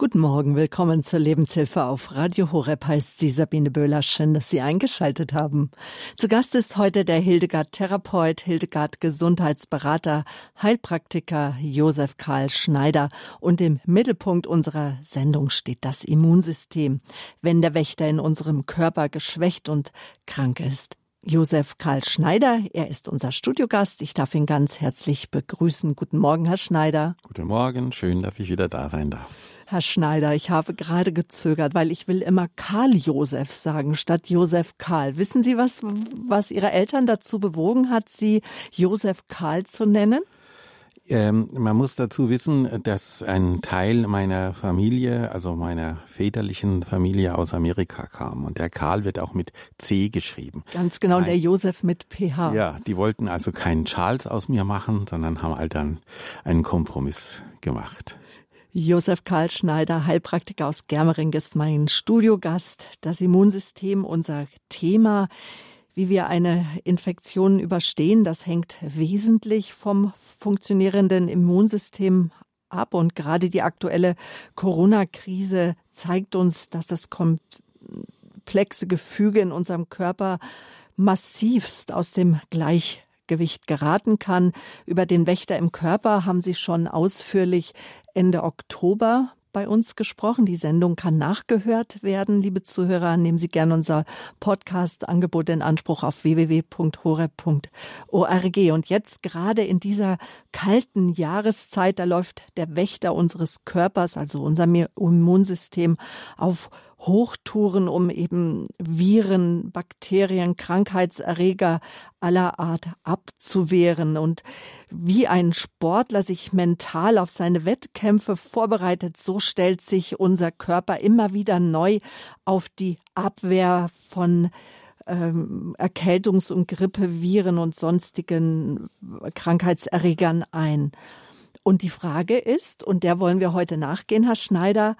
Guten Morgen, willkommen zur Lebenshilfe auf Radio Horeb, heißt sie Sabine Böhler. Schön, dass Sie eingeschaltet haben. Zu Gast ist heute der Hildegard-Therapeut, Hildegard-Gesundheitsberater, Heilpraktiker Josef Karl Schneider. Und im Mittelpunkt unserer Sendung steht das Immunsystem, wenn der Wächter in unserem Körper geschwächt und krank ist. Josef Karl Schneider, er ist unser Studiogast. Ich darf ihn ganz herzlich begrüßen. Guten Morgen, Herr Schneider. Guten Morgen, schön, dass ich wieder da sein darf. Herr Schneider, ich habe gerade gezögert, weil ich will immer Karl Josef sagen statt Josef Karl. Wissen Sie, was Ihre Eltern dazu bewogen hat, Sie Josef Karl zu nennen? Man muss dazu wissen, dass ein Teil meiner Familie, also meiner väterlichen Familie aus Amerika kam. Und der Karl wird auch mit C geschrieben. Ganz genau, der Josef mit PH. Ja, die wollten also keinen Charles aus mir machen, sondern haben halt dann einen Kompromiss gemacht. Josef Karl Schneider, Heilpraktiker aus Germering, ist mein Studiogast. Das Immunsystem, unser Thema. Wie wir eine Infektion überstehen, das hängt wesentlich vom funktionierenden Immunsystem ab. Und gerade die aktuelle Corona-Krise zeigt uns, dass das komplexe Gefüge in unserem Körper massivst aus dem Gleichgewicht geraten kann. Über den Wächter im Körper haben Sie schon ausführlich Ende Oktober bei uns gesprochen. Die Sendung kann nachgehört werden. Liebe Zuhörer, nehmen Sie gerne unser Podcast-Angebot in Anspruch auf www.horeb.org. Und jetzt gerade in dieser kalten Jahreszeit, da läuft der Wächter unseres Körpers, also unser Immunsystem, auf Hochtouren, um eben Viren, Bakterien, Krankheitserreger aller Art abzuwehren. Und wie ein Sportler sich mental auf seine Wettkämpfe vorbereitet, so stellt sich unser Körper immer wieder neu auf die Abwehr von Erkältungs- und Grippeviren und sonstigen Krankheitserregern ein. Und die Frage ist, und der wollen wir heute nachgehen, Herr Schneider,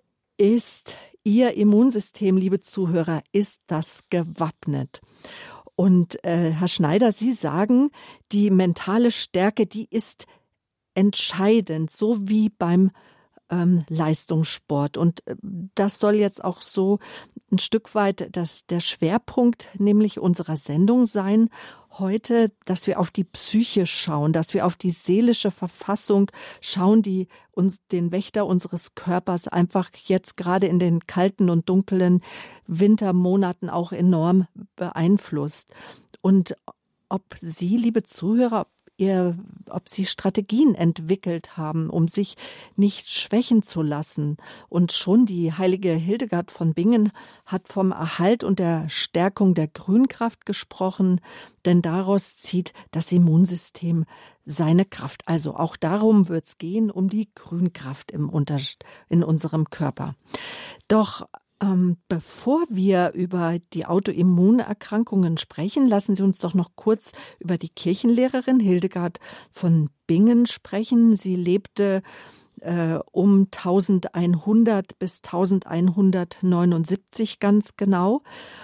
ist Ihr Immunsystem, liebe Zuhörer, ist das gewappnet? Und Herr Schneider, Sie sagen, die mentale Stärke, die ist entscheidend, so wie beim Leistungssport. Und das soll jetzt auch so ein Stück weit der Schwerpunkt nämlich unserer Sendung sein heute, dass wir auf die Psyche schauen, dass wir auf die seelische Verfassung schauen, die uns den Wächter unseres Körpers einfach jetzt gerade in den kalten und dunklen Wintermonaten auch enorm beeinflusst. Und ob Sie, liebe Zuhörer, ob Sie Strategien entwickelt haben, um sich nicht schwächen zu lassen. Und schon die heilige Hildegard von Bingen hat vom Erhalt und der Stärkung der Grünkraft gesprochen, denn daraus zieht das Immunsystem seine Kraft. Also auch darum wird es gehen, um die Grünkraft in unserem Körper. Doch bevor wir über die Autoimmunerkrankungen sprechen, lassen Sie uns doch noch kurz über die Kirchenlehrerin Hildegard von Bingen sprechen. Sie lebte um 1100 bis 1179 ganz genau.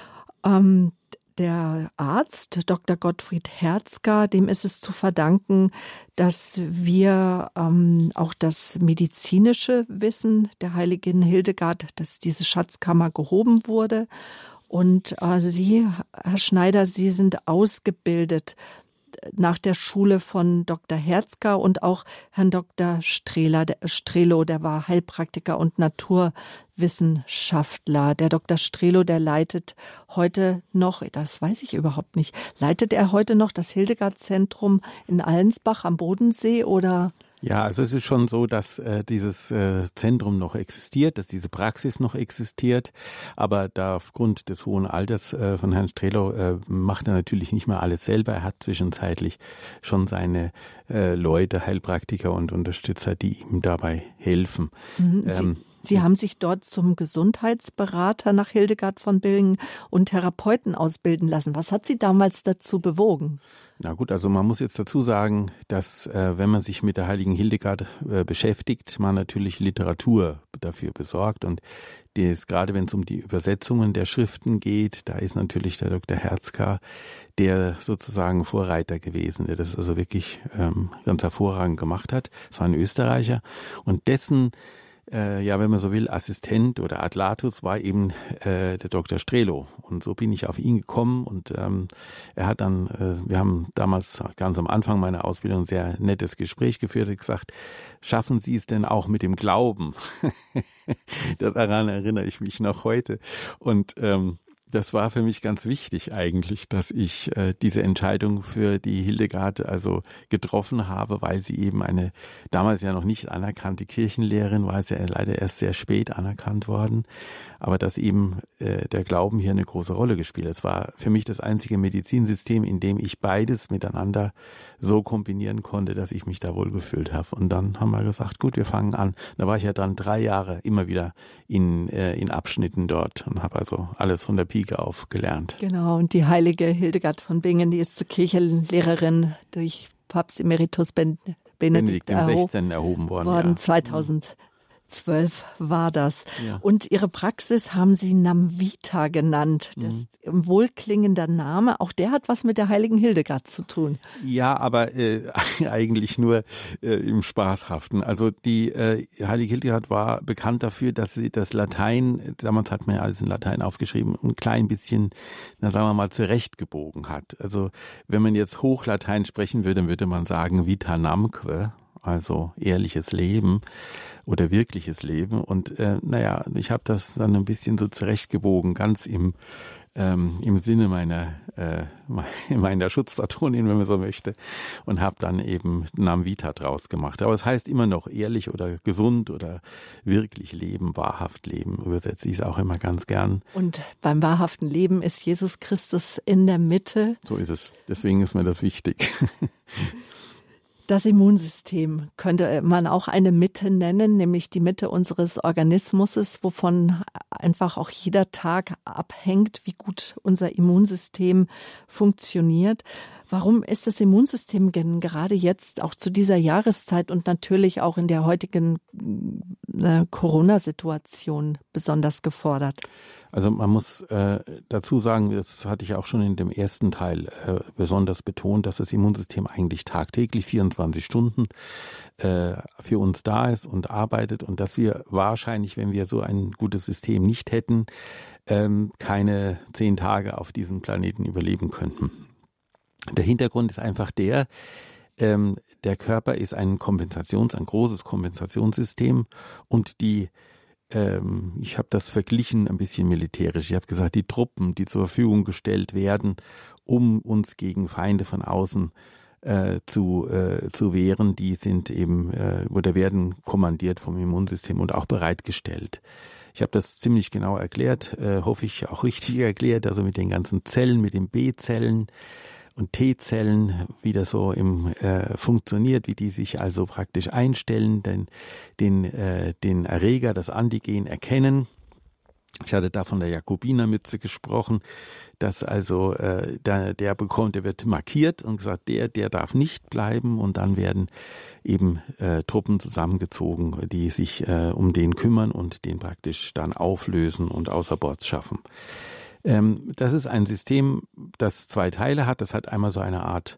Der Arzt, Dr. Gottfried Herzka, dem ist es zu verdanken, dass wir auch das medizinische Wissen der heiligen Hildegard, dass diese Schatzkammer gehoben wurde. Und Sie, Herr Schneider, Sie sind ausgebildet nach der Schule von Dr. Herzka und auch Herrn Dr. Strelo, der war Heilpraktiker und Naturwissenschaftler. Der Dr. Strelo, der leitet heute noch, das weiß ich überhaupt nicht, leitet er heute noch das Hildegard-Zentrum in Allensbach am Bodensee oder? Ja, also es ist schon so, dass dieses Zentrum noch existiert, dass diese Praxis noch existiert, aber da aufgrund des hohen Alters von Herrn Strelo macht er natürlich nicht mehr alles selber. Er hat zwischenzeitlich schon seine Leute, Heilpraktiker und Unterstützer, die ihm dabei helfen. Sie haben sich dort zum Gesundheitsberater nach Hildegard von Bingen und Therapeuten ausbilden lassen. Was hat Sie damals dazu bewogen? Na gut, also man muss jetzt dazu sagen, dass wenn man sich mit der heiligen Hildegard beschäftigt, man natürlich Literatur dafür besorgt und gerade wenn es um die Übersetzungen der Schriften geht, da ist natürlich der Dr. Herzka der sozusagen Vorreiter gewesen, der das also wirklich ganz hervorragend gemacht hat. Es war ein Österreicher und dessen wenn man so will, Assistent oder Adlatus war eben der Dr. Strelo. Und so bin ich auf ihn gekommen und er hat dann, wir haben damals ganz am Anfang meiner Ausbildung ein sehr nettes Gespräch geführt und gesagt, schaffen Sie es denn auch mit dem Glauben? Daran erinnere ich mich noch heute. Und das war für mich ganz wichtig eigentlich, dass ich diese Entscheidung für die Hildegard also getroffen habe, weil sie eben eine damals ja noch nicht anerkannte Kirchenlehrerin war, ist ja leider erst sehr spät anerkannt worden, aber dass eben der Glauben hier eine große Rolle gespielt hat. Es war für mich das einzige Medizinsystem, in dem ich beides miteinander so kombinieren konnte, dass ich mich da wohl gefühlt habe. Und dann haben wir gesagt, gut, wir fangen an. Da war ich ja dann 3 Jahre immer wieder in Abschnitten dort und habe also alles von der Pike auf gelernt. Genau, und die heilige Hildegard von Bingen, die ist zur Kirchenlehrerin durch Papst Emeritus Benedikt XVI. Erhoben worden. 2012 war das. Ja. Und ihre Praxis haben Sie Namvita genannt. Das ist ein wohlklingender Name. Auch der hat was mit der heiligen Hildegard zu tun. Ja, aber eigentlich nur im Spaßhaften. Also die heilige Hildegard war bekannt dafür, dass sie das Latein, damals hat man ja alles in Latein aufgeschrieben, ein klein bisschen, sagen wir mal, zurechtgebogen hat. Also wenn man jetzt Hochlatein sprechen würde, würde man sagen Vita namque, also ehrliches Leben oder wirkliches Leben. Und ich habe das dann ein bisschen so zurechtgebogen, ganz im Sinne meiner Schutzpatronin, wenn man so möchte, und habe dann eben Namvita draus gemacht. Aber es heißt immer noch ehrlich oder gesund oder wirklich leben, wahrhaft leben, übersetze ich es auch immer ganz gern. Und beim wahrhaften Leben ist Jesus Christus in der Mitte. So ist es. Deswegen ist mir das wichtig. Das Immunsystem könnte man auch eine Mitte nennen, nämlich die Mitte unseres Organismus, wovon einfach auch jeder Tag abhängt, wie gut unser Immunsystem funktioniert. Warum ist das Immunsystem gerade jetzt, auch zu dieser Jahreszeit und natürlich auch in der heutigen Corona-Situation besonders gefordert? Also man muss dazu sagen, das hatte ich auch schon in dem ersten Teil besonders betont, dass das Immunsystem eigentlich tagtäglich 24 Stunden für uns da ist und arbeitet und dass wir wahrscheinlich, wenn wir so ein gutes System nicht hätten, keine 10 Tage auf diesem Planeten überleben könnten. Der Hintergrund ist einfach der Körper ist ein großes Kompensationssystem und ich habe das verglichen ein bisschen militärisch. Ich habe gesagt, die Truppen, die zur Verfügung gestellt werden, um uns gegen Feinde von außen zu wehren, die sind eben oder werden kommandiert vom Immunsystem und auch bereitgestellt. Ich habe das ziemlich genau erklärt, hoffe ich auch richtig erklärt, also mit den ganzen Zellen, mit den B-Zellen und T-Zellen, wie das so funktioniert, wie die sich also praktisch einstellen, den Erreger, das Antigen erkennen. Ich hatte da von der Jakobinermütze gesprochen, dass also der wird markiert und gesagt, der darf nicht bleiben und dann werden eben Truppen zusammengezogen, die sich um den kümmern und den praktisch dann auflösen und außer Bord schaffen. Das ist ein System, das 2 Teile hat. Das hat einmal so eine Art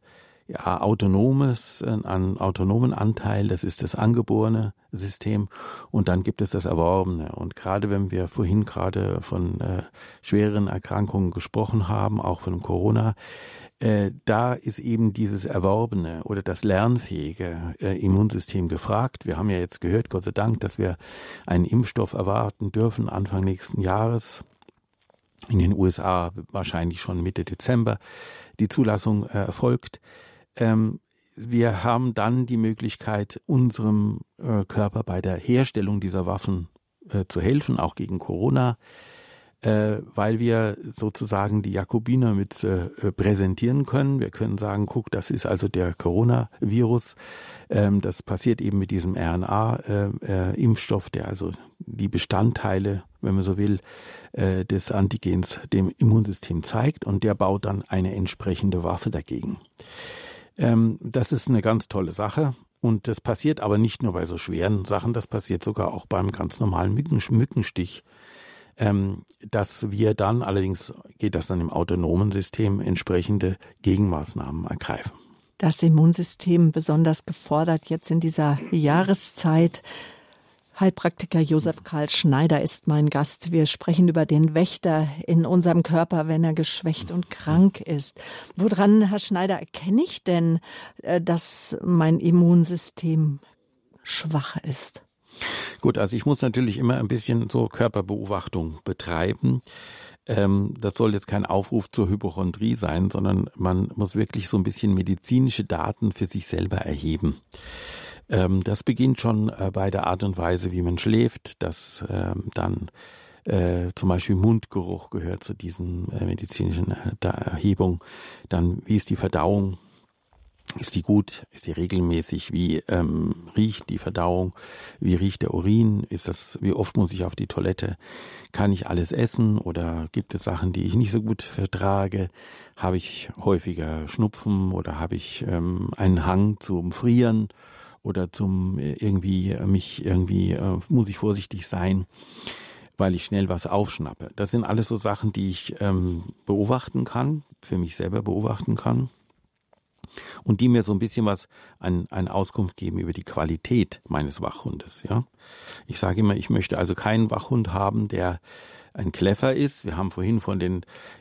einen autonomen Anteil, das ist das angeborene System und dann gibt es das erworbene. Und gerade wenn wir vorhin gerade von schweren Erkrankungen gesprochen haben, auch von Corona, da ist eben dieses erworbene oder das lernfähige Immunsystem gefragt. Wir haben ja jetzt gehört, Gott sei Dank, dass wir einen Impfstoff erwarten dürfen Anfang nächsten Jahres. In den USA wahrscheinlich schon Mitte Dezember die Zulassung erfolgt. Wir haben dann die Möglichkeit, unserem Körper bei der Herstellung dieser Waffen zu helfen, auch gegen Corona, weil wir sozusagen die Jakobinermütze präsentieren können. Wir können sagen, guck, das ist also der Coronavirus. Das passiert eben mit diesem RNA-Impfstoff, der also die Bestandteile, wenn man so will, des Antigens dem Immunsystem zeigt und der baut dann eine entsprechende Waffe dagegen. Das ist eine ganz tolle Sache und das passiert aber nicht nur bei so schweren Sachen, das passiert sogar auch beim ganz normalen Mückenstich, dass wir dann, allerdings geht das dann im autonomen System, entsprechende Gegenmaßnahmen ergreifen. Das Immunsystem besonders gefordert jetzt in dieser Jahreszeit. Heilpraktiker Josef Karl Schneider ist mein Gast. Wir sprechen über den Wächter in unserem Körper, wenn er geschwächt und krank ist. Woran, Herr Schneider, erkenne ich denn, dass mein Immunsystem schwach ist? Gut, also ich muss natürlich immer ein bisschen so Körperbeobachtung betreiben. Das soll jetzt kein Aufruf zur Hypochondrie sein, sondern man muss wirklich so ein bisschen medizinische Daten für sich selber erheben. Das beginnt schon bei der Art und Weise, wie man schläft, dass dann zum Beispiel Mundgeruch gehört zu diesen medizinischen Erhebungen. Dann, wie ist die Verdauung? Ist die gut? Ist die regelmäßig? Wie riecht die Verdauung? Wie riecht der Urin? Wie oft muss ich auf die Toilette? Kann ich alles essen oder gibt es Sachen, die ich nicht so gut vertrage? Habe ich häufiger Schnupfen oder habe ich einen Hang zum Frieren? Oder muss ich vorsichtig sein, weil ich schnell was aufschnappe. Das sind alles so Sachen, die ich beobachten kann, für mich selber beobachten kann und die mir so ein bisschen eine Auskunft geben über die Qualität meines Wachhundes. Ja, ich sage immer, ich möchte also keinen Wachhund haben, der ein Kläffer ist. Wir haben vorhin von den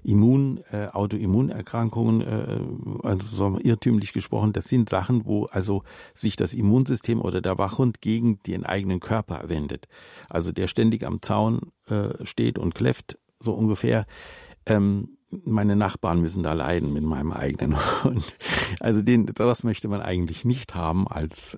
Autoimmunerkrankungen also so irrtümlich gesprochen. Das sind Sachen, wo also sich das Immunsystem oder der Wachhund gegen den eigenen Körper wendet. Also der ständig am Zaun steht und kläfft, so ungefähr. Meine Nachbarn müssen da leiden mit meinem eigenen Hund. Also sowas möchte man eigentlich nicht haben als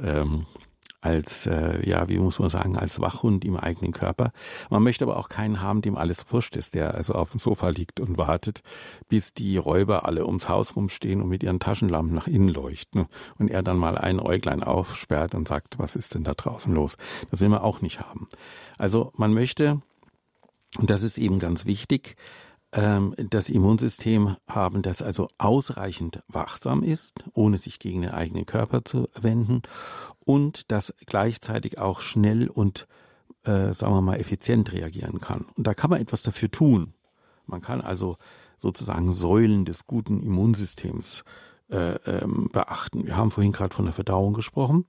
Wachhund im eigenen Körper. Man möchte aber auch keinen haben, dem alles wurscht ist, der also auf dem Sofa liegt und wartet, bis die Räuber alle ums Haus rumstehen und mit ihren Taschenlampen nach innen leuchten und er dann mal ein Äuglein aufsperrt und sagt, was ist denn da draußen los? Das will man auch nicht haben. Also man möchte, und das ist eben ganz wichtig, das Immunsystem haben, das also ausreichend wachsam ist, ohne sich gegen den eigenen Körper zu wenden und das gleichzeitig auch schnell und, effizient reagieren kann. Und da kann man etwas dafür tun. Man kann also sozusagen Säulen des guten Immunsystems beachten. Wir haben vorhin gerade von der Verdauung gesprochen.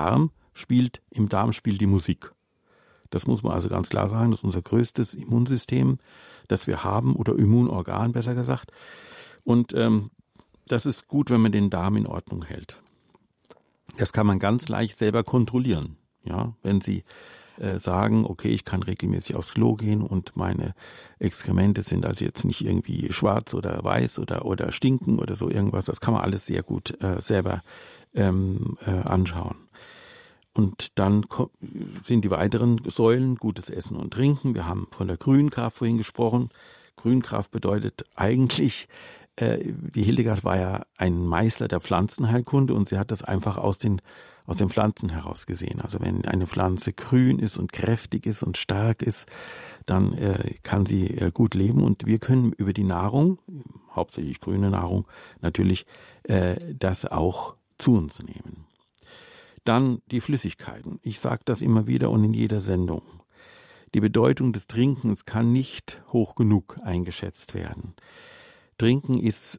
Im Darm spielt die Musik. Das muss man also ganz klar sagen, das ist unser größtes Immunsystem, das wir haben, oder Immunorgan besser gesagt. Und das ist gut, wenn man den Darm in Ordnung hält. Das kann man ganz leicht selber kontrollieren. Ja, wenn Sie sagen, okay, ich kann regelmäßig aufs Klo gehen und meine Exkremente sind also jetzt nicht irgendwie schwarz oder weiß oder stinken oder so irgendwas, das kann man alles sehr gut selber anschauen. Und dann sind die weiteren Säulen gutes Essen und Trinken. Wir haben von der Grünkraft vorhin gesprochen. Grünkraft bedeutet eigentlich, die Hildegard war ja ein Meister der Pflanzenheilkunde und sie hat das einfach aus den Pflanzen heraus gesehen. Also wenn eine Pflanze grün ist und kräftig ist und stark ist, dann kann sie gut leben. Und wir können über die Nahrung, hauptsächlich grüne Nahrung, natürlich das auch zu uns nehmen. Dann die Flüssigkeiten. Ich sage das immer wieder und in jeder Sendung. Die Bedeutung des Trinkens kann nicht hoch genug eingeschätzt werden. Trinken ist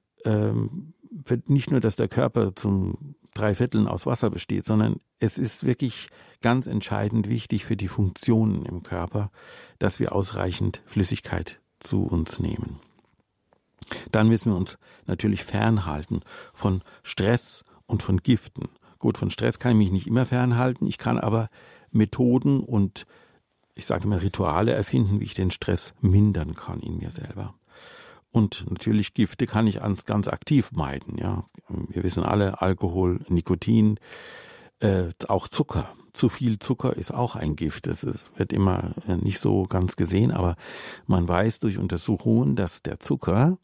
nicht nur, dass der Körper zum 3/4 aus Wasser besteht, sondern es ist wirklich ganz entscheidend wichtig für die Funktionen im Körper, dass wir ausreichend Flüssigkeit zu uns nehmen. Dann müssen wir uns natürlich fernhalten von Stress und von Giften. Gut, von Stress kann ich mich nicht immer fernhalten, ich kann aber Methoden und ich sage mal Rituale erfinden, wie ich den Stress mindern kann in mir selber. Und natürlich Gifte kann ich ganz aktiv meiden. Ja, wir wissen alle, Alkohol, Nikotin, auch Zucker. Zu viel Zucker ist auch ein Gift. Das wird immer nicht so ganz gesehen, aber man weiß durch Untersuchungen, dass der Zucker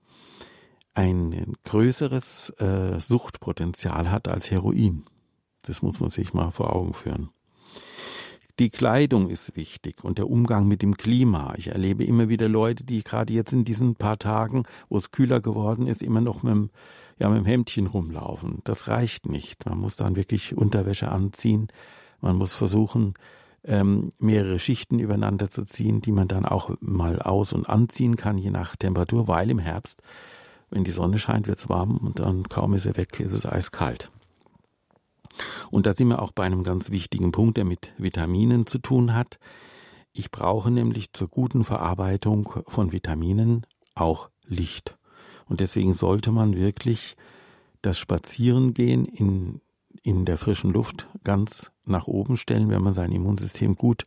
ein größeres Suchtpotenzial hat als Heroin. Das muss man sich mal vor Augen führen. Die Kleidung ist wichtig und der Umgang mit dem Klima. Ich erlebe immer wieder Leute, die gerade jetzt in diesen paar Tagen, wo es kühler geworden ist, immer noch mit dem Hemdchen rumlaufen. Das reicht nicht. Man muss dann wirklich Unterwäsche anziehen. Man muss versuchen, mehrere Schichten übereinander zu ziehen, die man dann auch mal aus- und anziehen kann, je nach Temperatur, weil im Herbst, wenn die Sonne scheint, wird es warm und dann kaum ist er weg, ist es eiskalt. Und da sind wir auch bei einem ganz wichtigen Punkt, der mit Vitaminen zu tun hat. Ich brauche nämlich zur guten Verarbeitung von Vitaminen auch Licht. Und deswegen sollte man wirklich das Spazierengehen in der frischen Luft ganz nach oben stellen, wenn man sein Immunsystem gut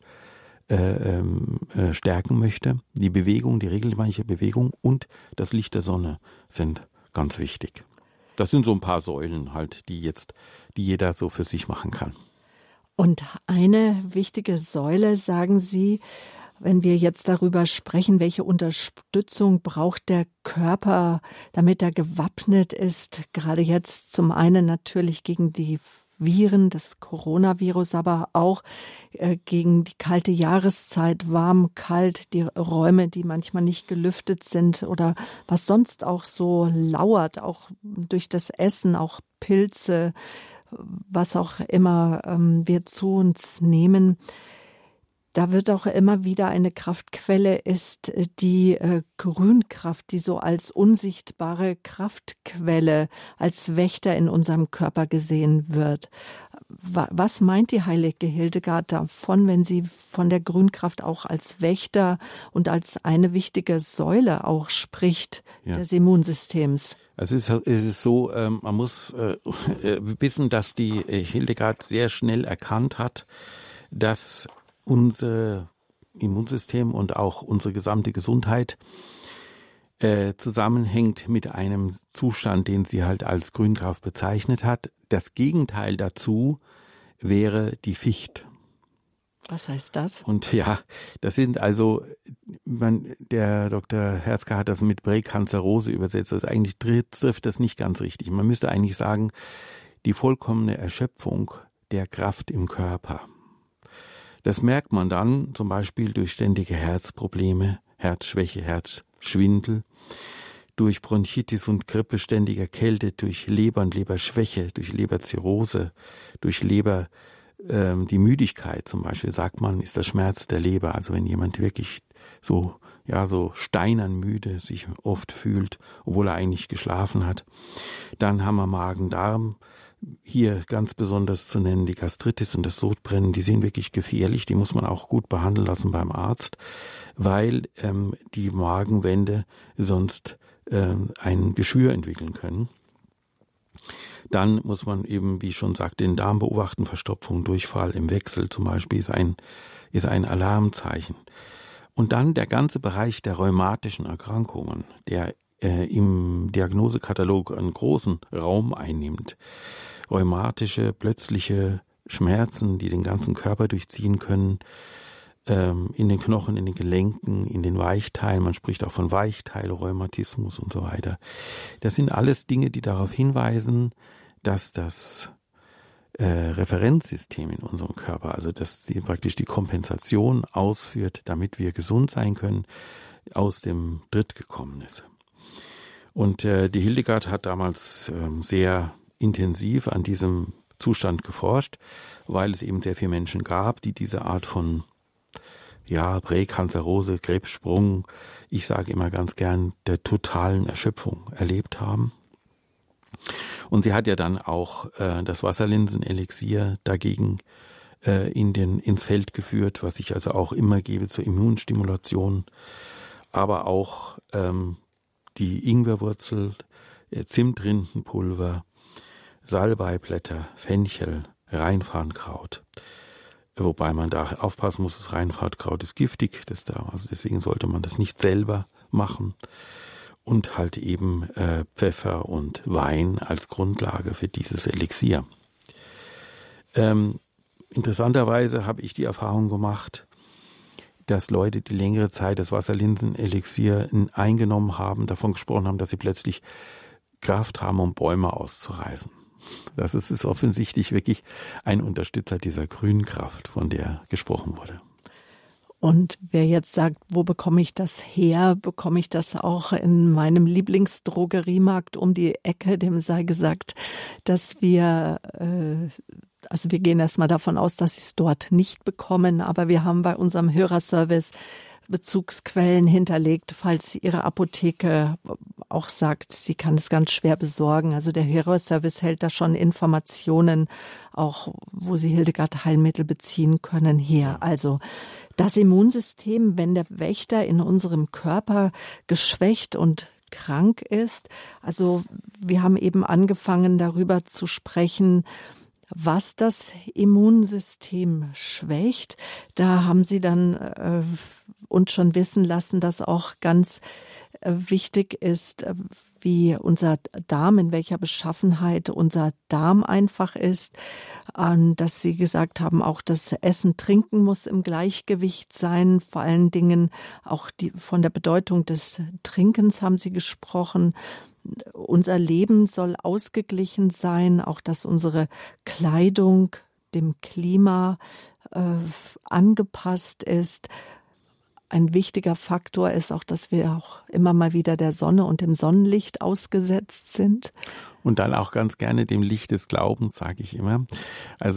stärken möchte. Die Bewegung, die regelmäßige Bewegung und das Licht der Sonne sind ganz wichtig. Das sind so ein paar Säulen halt, die jeder so für sich machen kann. Und eine wichtige Säule, sagen Sie, wenn wir jetzt darüber sprechen, welche Unterstützung braucht der Körper, damit er gewappnet ist, gerade jetzt zum einen natürlich gegen die Viren, das Coronavirus, aber auch gegen die kalte Jahreszeit, warm, kalt, die Räume, die manchmal nicht gelüftet sind oder was sonst auch so lauert, auch durch das Essen, auch Pilze, was auch immer wir zu uns nehmen. Da wird auch immer wieder eine Kraftquelle ist die Grünkraft, die so als unsichtbare Kraftquelle, als Wächter in unserem Körper gesehen wird. Was meint die heilige Hildegard davon, wenn sie von der Grünkraft auch als Wächter und als eine wichtige Säule auch spricht des Immunsystems? Es ist so, man muss wissen, dass die Hildegard sehr schnell erkannt hat, dass unser Immunsystem und auch unsere gesamte Gesundheit zusammenhängt mit einem Zustand, den sie halt als Grünkraft bezeichnet hat. Das Gegenteil dazu wäre die Ficht. Was heißt das? Und ja, das sind also, der Dr. Herzka hat das mit Präkanzerose übersetzt, das eigentlich trifft das nicht ganz richtig. Man müsste eigentlich sagen, die vollkommene Erschöpfung der Kraft im Körper. Das merkt man dann zum Beispiel durch ständige Herzprobleme, Herzschwäche, Herzschwindel, durch Bronchitis und Grippe, ständiger Kälte, durch Leber- und Leberschwäche, durch Leberzirrhose, durch die Müdigkeit zum Beispiel, sagt man, ist der Schmerz der Leber. Also wenn jemand wirklich so steinern müde sich oft fühlt, obwohl er eigentlich geschlafen hat. Dann haben wir Magen-Darm. Hier ganz besonders zu nennen die Gastritis und das Sodbrennen, die sind wirklich gefährlich, die muss man auch gut behandeln lassen beim Arzt, weil die Magenwände sonst ein Geschwür entwickeln können. Dann muss man eben, wie ich schon sagte, den Darm beobachten, Verstopfung, Durchfall im Wechsel zum Beispiel ist ein Alarmzeichen. Und dann der ganze Bereich der rheumatischen Erkrankungen, der im Diagnosekatalog einen großen Raum einnimmt. Rheumatische, plötzliche Schmerzen, die den ganzen Körper durchziehen können, in den Knochen, in den Gelenken, in den Weichteilen. Man spricht auch von Weichteilrheumatismus und so weiter. Das sind alles Dinge, die darauf hinweisen, dass das Referenzsystem in unserem Körper, also dass praktisch die Kompensation ausführt, damit wir gesund sein können, aus dem Tritt gekommen ist. Und die Hildegard hat damals sehr intensiv an diesem Zustand geforscht, weil es eben sehr viele Menschen gab, die diese Art von Präkanzerose, Krebssprung, ich sage immer ganz gern, der totalen Erschöpfung erlebt haben. Und sie hat ja dann auch das Wasserlinsenelixier dagegen ins Feld geführt, was ich also auch immer gebe zur Immunstimulation, aber auch die Ingwerwurzel, Zimtrindenpulver, Salbeiblätter, Fenchel, Rheinfarnkraut. Wobei man da aufpassen muss, das Rheinfarnkraut ist giftig, also deswegen sollte man das nicht selber machen. Und halt eben Pfeffer und Wein als Grundlage für dieses Elixier. Interessanterweise habe ich die Erfahrung gemacht, dass Leute, die längere Zeit das Wasserlinsenelixier eingenommen haben, davon gesprochen haben, dass sie plötzlich Kraft haben, um Bäume auszureißen. Das ist offensichtlich wirklich ein Unterstützer dieser Grünkraft, von der gesprochen wurde. Und wer jetzt sagt, wo bekomme ich das her? Bekomme ich das auch in meinem Lieblingsdrogeriemarkt um die Ecke? Dem sei gesagt, dass wir gehen erstmal davon aus, dass sie es dort nicht bekommen. Aber wir haben bei unserem Hörerservice Bezugsquellen hinterlegt, falls Ihre Apotheke auch sagt, sie kann es ganz schwer besorgen. Also der Hörerservice hält da schon Informationen, auch wo Sie Hildegard Heilmittel beziehen können, her. Also das Immunsystem, wenn der Wächter in unserem Körper geschwächt und krank ist. Also wir haben eben angefangen, darüber zu sprechen, was das Immunsystem schwächt. Da haben Sie dann uns schon wissen lassen, dass auch ganz wichtig ist, wie unser Darm, in welcher Beschaffenheit unser Darm einfach ist. Dass Sie gesagt haben, auch das Essen, Trinken muss im Gleichgewicht sein. Vor allen Dingen auch von der Bedeutung des Trinkens haben Sie gesprochen. Unser Leben soll ausgeglichen sein, auch dass unsere Kleidung dem Klima angepasst ist. Ein wichtiger Faktor ist auch, dass wir auch immer mal wieder der Sonne und dem Sonnenlicht ausgesetzt sind. Und dann auch ganz gerne dem Licht des Glaubens, sage ich immer. Also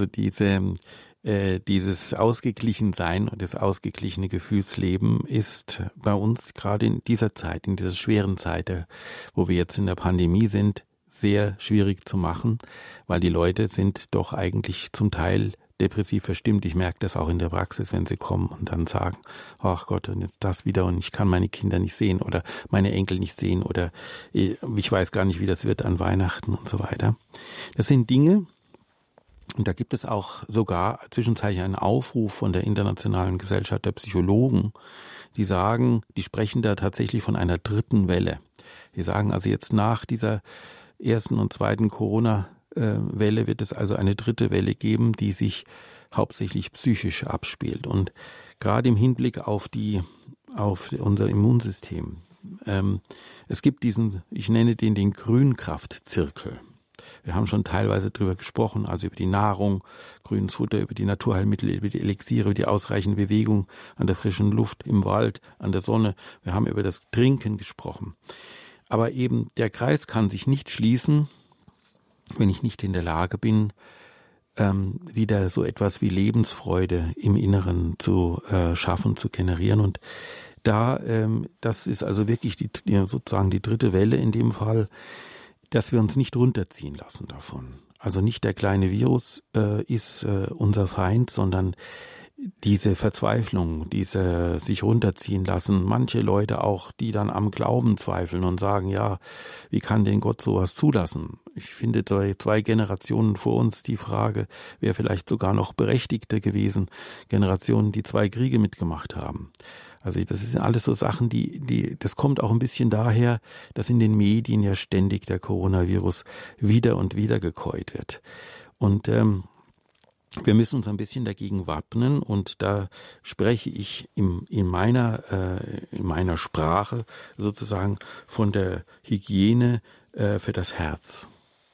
dieses Ausgeglichensein und das ausgeglichene Gefühlsleben ist bei uns gerade in dieser Zeit, in dieser schweren Zeit, wo wir jetzt in der Pandemie sind, sehr schwierig zu machen, weil die Leute sind doch eigentlich zum Teil depressiv verstimmt. Ich merke das auch in der Praxis, wenn sie kommen und dann sagen, ach Gott, und jetzt das wieder und ich kann meine Kinder nicht sehen oder meine Enkel nicht sehen oder ich weiß gar nicht, wie das wird an Weihnachten und so weiter. Das sind Dinge, und da gibt es auch sogar zwischenzeitlich einen Aufruf von der Internationalen Gesellschaft der Psychologen, die sprechen da tatsächlich von einer dritten Welle. Die sagen also jetzt nach dieser ersten und zweiten Corona-Welle wird es also eine dritte Welle geben, die sich hauptsächlich psychisch abspielt. Und gerade im Hinblick auf unser Immunsystem. Es gibt ich nenne den Grünkraftzirkel. Wir haben schon teilweise darüber gesprochen, also über die Nahrung, grünes Futter, über die Naturheilmittel, über die Elixiere, über die ausreichende Bewegung an der frischen Luft, im Wald, an der Sonne. Wir haben über das Trinken gesprochen. Aber eben der Kreis kann sich nicht schließen, wenn ich nicht in der Lage bin, wieder so etwas wie Lebensfreude im Inneren zu schaffen, zu generieren. Und das ist also wirklich sozusagen die dritte Welle in dem Fall, dass wir uns nicht runterziehen lassen davon. Also nicht der kleine Virus ist unser Feind, sondern diese Verzweiflung, diese sich runterziehen lassen, manche Leute auch, die dann am Glauben zweifeln und sagen, ja, wie kann denn Gott sowas zulassen? Ich finde, 2 Generationen vor uns, die Frage wäre vielleicht sogar noch berechtigter gewesen, Generationen, die 2 Kriege mitgemacht haben. Also das sind alles so Sachen, das kommt auch ein bisschen daher, dass in den Medien ja ständig der Coronavirus wieder und wieder gekäut wird. Und wir müssen uns ein bisschen dagegen wappnen und da spreche ich in meiner Sprache sozusagen von der Hygiene für das Herz.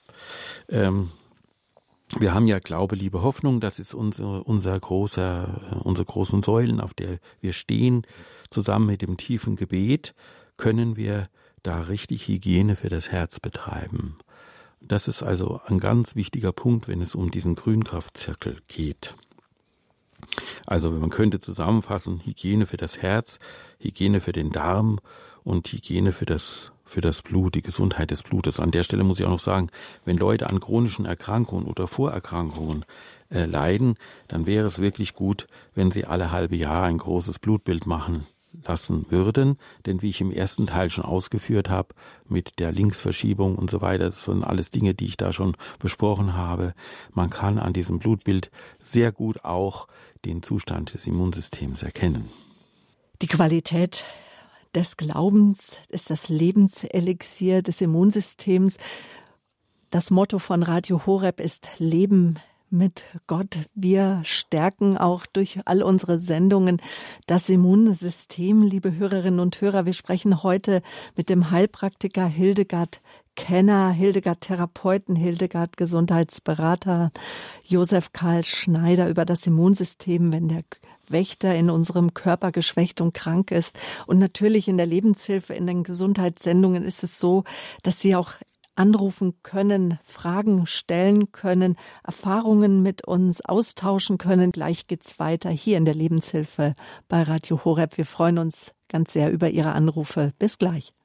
Wir haben ja Glaube, Liebe, Hoffnung, das ist unsere großen Säulen, auf der wir stehen. Zusammen mit dem tiefen Gebet können wir da richtig Hygiene für das Herz betreiben. Das ist also ein ganz wichtiger Punkt, wenn es um diesen Grünkraftzirkel geht. Also man könnte zusammenfassen, Hygiene für das Herz, Hygiene für den Darm und Hygiene für das Blut, die Gesundheit des Blutes. An der Stelle muss ich auch noch sagen, wenn Leute an chronischen Erkrankungen oder Vorerkrankungen leiden, dann wäre es wirklich gut, wenn sie alle halbe Jahr ein großes Blutbild machen lassen würden. Denn wie ich im ersten Teil schon ausgeführt habe, mit der Linksverschiebung und so weiter, das sind alles Dinge, die ich da schon besprochen habe. Man kann an diesem Blutbild sehr gut auch den Zustand des Immunsystems erkennen. Die Qualität des Glaubens ist das Lebenselixier des Immunsystems. Das Motto von Radio Horeb ist Leben mit Gott. Wir stärken auch durch all unsere Sendungen das Immunsystem, liebe Hörerinnen und Hörer. Wir sprechen heute mit dem Heilpraktiker Hildegard Kenner, Hildegard Therapeuten, Hildegard Gesundheitsberater, Josef Karl Schneider über das Immunsystem, wenn der Wächter in unserem Körper geschwächt und krank ist. Und natürlich in der Lebenshilfe, in den Gesundheitssendungen ist es so, dass Sie auch anrufen können, Fragen stellen können, Erfahrungen mit uns austauschen können. Gleich geht's weiter hier in der Lebenshilfe bei Radio Horeb. Wir freuen uns ganz sehr über Ihre Anrufe. Bis gleich.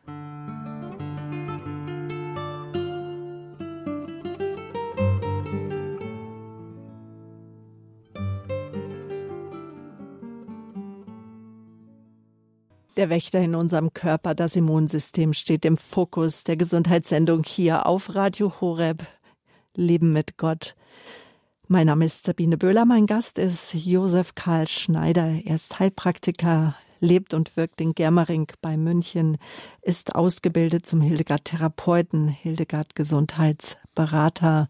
Der Wächter in unserem Körper, das Immunsystem, steht im Fokus der Gesundheitssendung hier auf Radio Horeb. Leben mit Gott. Mein Name ist Sabine Böhler, mein Gast ist Josef Karl Schneider. Er ist Heilpraktiker, lebt und wirkt in Germering bei München, ist ausgebildet zum Hildegard-Therapeuten, Hildegard-Gesundheitsberater.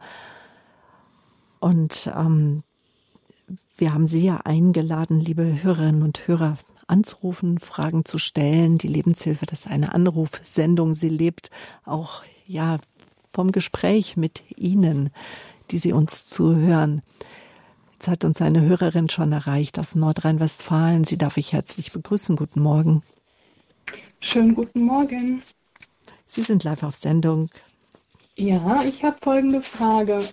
Und wir haben Sie ja eingeladen, liebe Hörerinnen und Hörer, anzurufen, Fragen zu stellen. Die Lebenshilfe, das ist eine Anrufsendung. Sie lebt auch vom Gespräch mit Ihnen, die Sie uns zuhören. Jetzt hat uns eine Hörerin schon erreicht aus Nordrhein-Westfalen. Sie darf ich herzlich begrüßen. Guten Morgen. Schönen guten Morgen. Sie sind live auf Sendung. Ja, ich habe folgende Frage.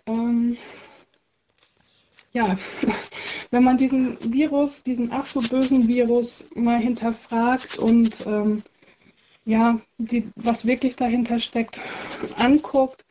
Wenn man diesen Virus, diesen ach so bösen Virus mal hinterfragt und was wirklich dahinter steckt, anguckt,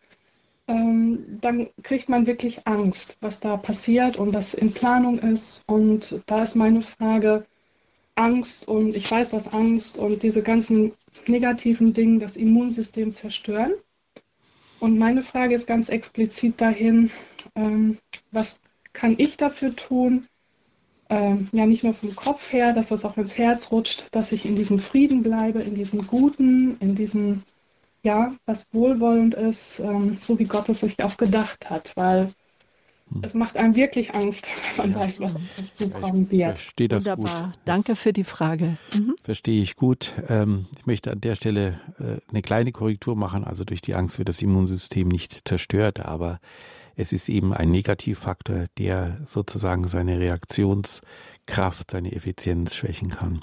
dann kriegt man wirklich Angst, was da passiert und was in Planung ist. Und da ist meine Frage, Angst, und ich weiß, dass Angst und diese ganzen negativen Dinge das Immunsystem zerstören. Und meine Frage ist ganz explizit dahin, was kann ich dafür tun, nicht nur vom Kopf her, dass das auch ins Herz rutscht, dass ich in diesem Frieden bleibe, in diesem Guten, in diesem, was wohlwollend ist, so wie Gott es sich auch gedacht hat, weil es macht einem wirklich Angst, wenn man weiß, was auf uns zukommen wird. Verstehe das Wunderbar. gut. Danke für die Frage. Verstehe ich gut. Ich möchte an der Stelle eine kleine Korrektur machen. Also durch die Angst wird das Immunsystem nicht zerstört, aber es ist eben ein Negativfaktor, der sozusagen seine Reaktionskraft, seine Effizienz schwächen kann.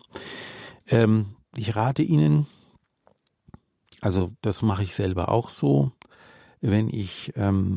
Ich rate Ihnen, also das mache ich selber auch so, wenn ich,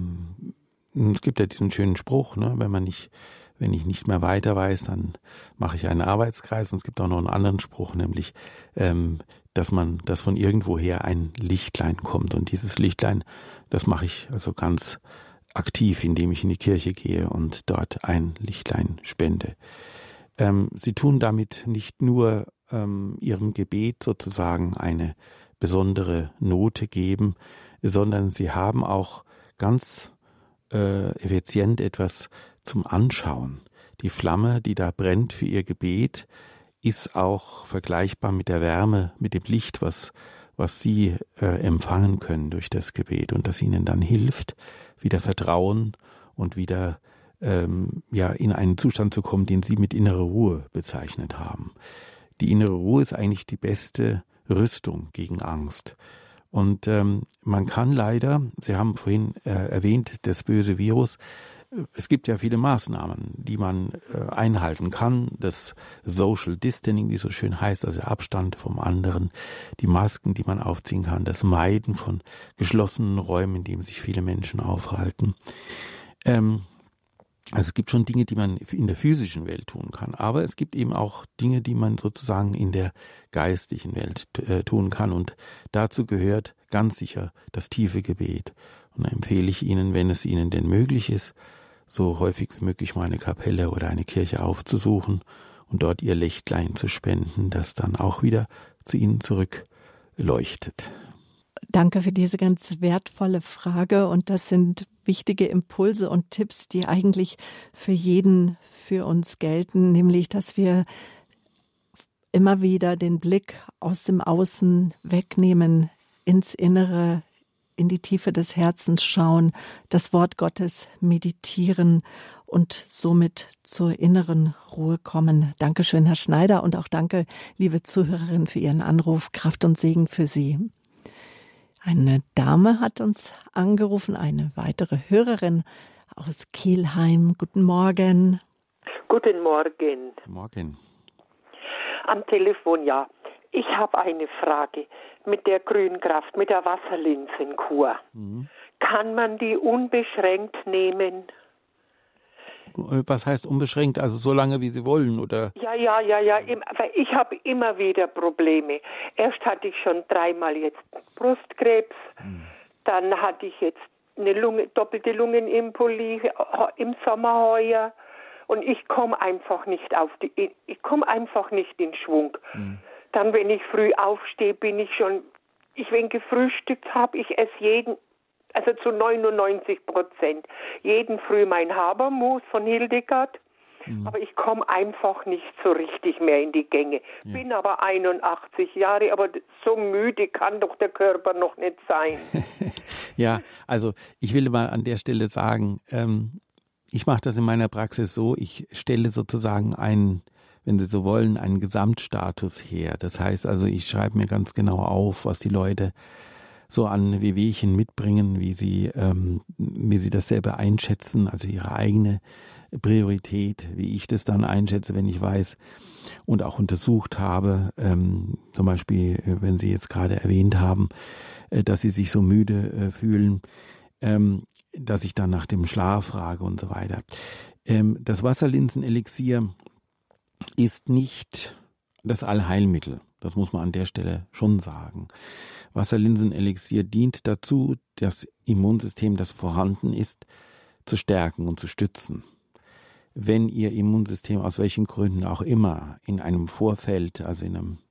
es gibt ja diesen schönen Spruch, ne, wenn ich nicht mehr weiter weiß, dann mache ich einen Arbeitskreis. Und es gibt auch noch einen anderen Spruch, nämlich, dass von irgendwoher ein Lichtlein kommt. Und dieses Lichtlein, das mache ich also ganz aktiv, indem ich in die Kirche gehe und dort ein Lichtlein spende. Sie tun damit nicht nur ihrem Gebet sozusagen eine besondere Note geben, sondern sie haben auch ganz effizient etwas zum Anschauen. Die Flamme, die da brennt für ihr Gebet, ist auch vergleichbar mit der Wärme, mit dem Licht, was sie empfangen können durch das Gebet und das ihnen dann hilft, wieder Vertrauen und wieder in einen Zustand zu kommen, den sie mit innerer Ruhe bezeichnet haben. Die innere Ruhe ist eigentlich die beste Rüstung gegen Angst. Und man kann leider, Sie haben vorhin erwähnt, das böse Virus, es gibt ja viele Maßnahmen, die man einhalten kann. Das Social Distancing, wie so schön heißt, also Abstand vom anderen, die Masken, die man aufziehen kann, das Meiden von geschlossenen Räumen, in denen sich viele Menschen aufhalten. Also es gibt schon Dinge, die man in der physischen Welt tun kann, aber es gibt eben auch Dinge, die man sozusagen in der geistlichen Welt tun kann, und dazu gehört ganz sicher das tiefe Gebet. Und da empfehle ich Ihnen, wenn es Ihnen denn möglich ist, so häufig wie möglich mal eine Kapelle oder eine Kirche aufzusuchen und dort Ihr Lichtlein zu spenden, das dann auch wieder zu Ihnen zurückleuchtet. Danke für diese ganz wertvolle Frage, und das sind wichtige Impulse und Tipps, die eigentlich für jeden, für uns gelten, nämlich, dass wir immer wieder den Blick aus dem Außen wegnehmen, ins Innere, in die Tiefe des Herzens schauen, das Wort Gottes meditieren und somit zur inneren Ruhe kommen. Dankeschön, Herr Schneider, und auch danke, liebe Zuhörerin, für Ihren Anruf. Kraft und Segen für Sie. Eine Dame hat uns angerufen, eine weitere Hörerin aus Kelheim. Guten Morgen. Guten Morgen. Guten Morgen. Am Telefon, ja. Ich habe eine Frage mit der Grünkraft, mit der Wasserlinsenkur. Kann man die unbeschränkt nehmen? Was heißt unbeschränkt? Also so lange, wie Sie wollen, oder? Ja. Weil ich habe immer wieder Probleme. Erst hatte ich schon 3-mal jetzt Brustkrebs. Dann hatte ich jetzt eine doppelte Lungenembolie im Sommer heuer. Und ich komme einfach nicht in Schwung. Dann, wenn ich früh aufstehe, wenn ich gefrühstückt habe, ich esse zu 99%, jeden Früh mein Habermus von Hildegard. Aber ich komme einfach nicht so richtig mehr in die Gänge. Bin aber 81 Jahre, aber so müde kann doch der Körper noch nicht sein. Ja, also ich will mal an der Stelle sagen, ich mache das in meiner Praxis so, ich stelle sozusagen wenn Sie so wollen, einen Gesamtstatus her. Das heißt also, ich schreibe mir ganz genau auf, was die Leute so an Wehwehchen mitbringen, wie sie das selber einschätzen, also ihre eigene Priorität, wie ich das dann einschätze, wenn ich weiß und auch untersucht habe, zum Beispiel, wenn Sie jetzt gerade erwähnt haben, dass Sie sich so müde fühlen, dass ich dann nach dem Schlaf frage und so weiter. Das Wasserlinsenelixier ist nicht das Allheilmittel. Das muss man an der Stelle schon sagen. Wasserlinsenelixier dient dazu, das Immunsystem, das vorhanden ist, zu stärken und zu stützen. Wenn Ihr Immunsystem aus welchen Gründen auch immer in einem Vorfeld, also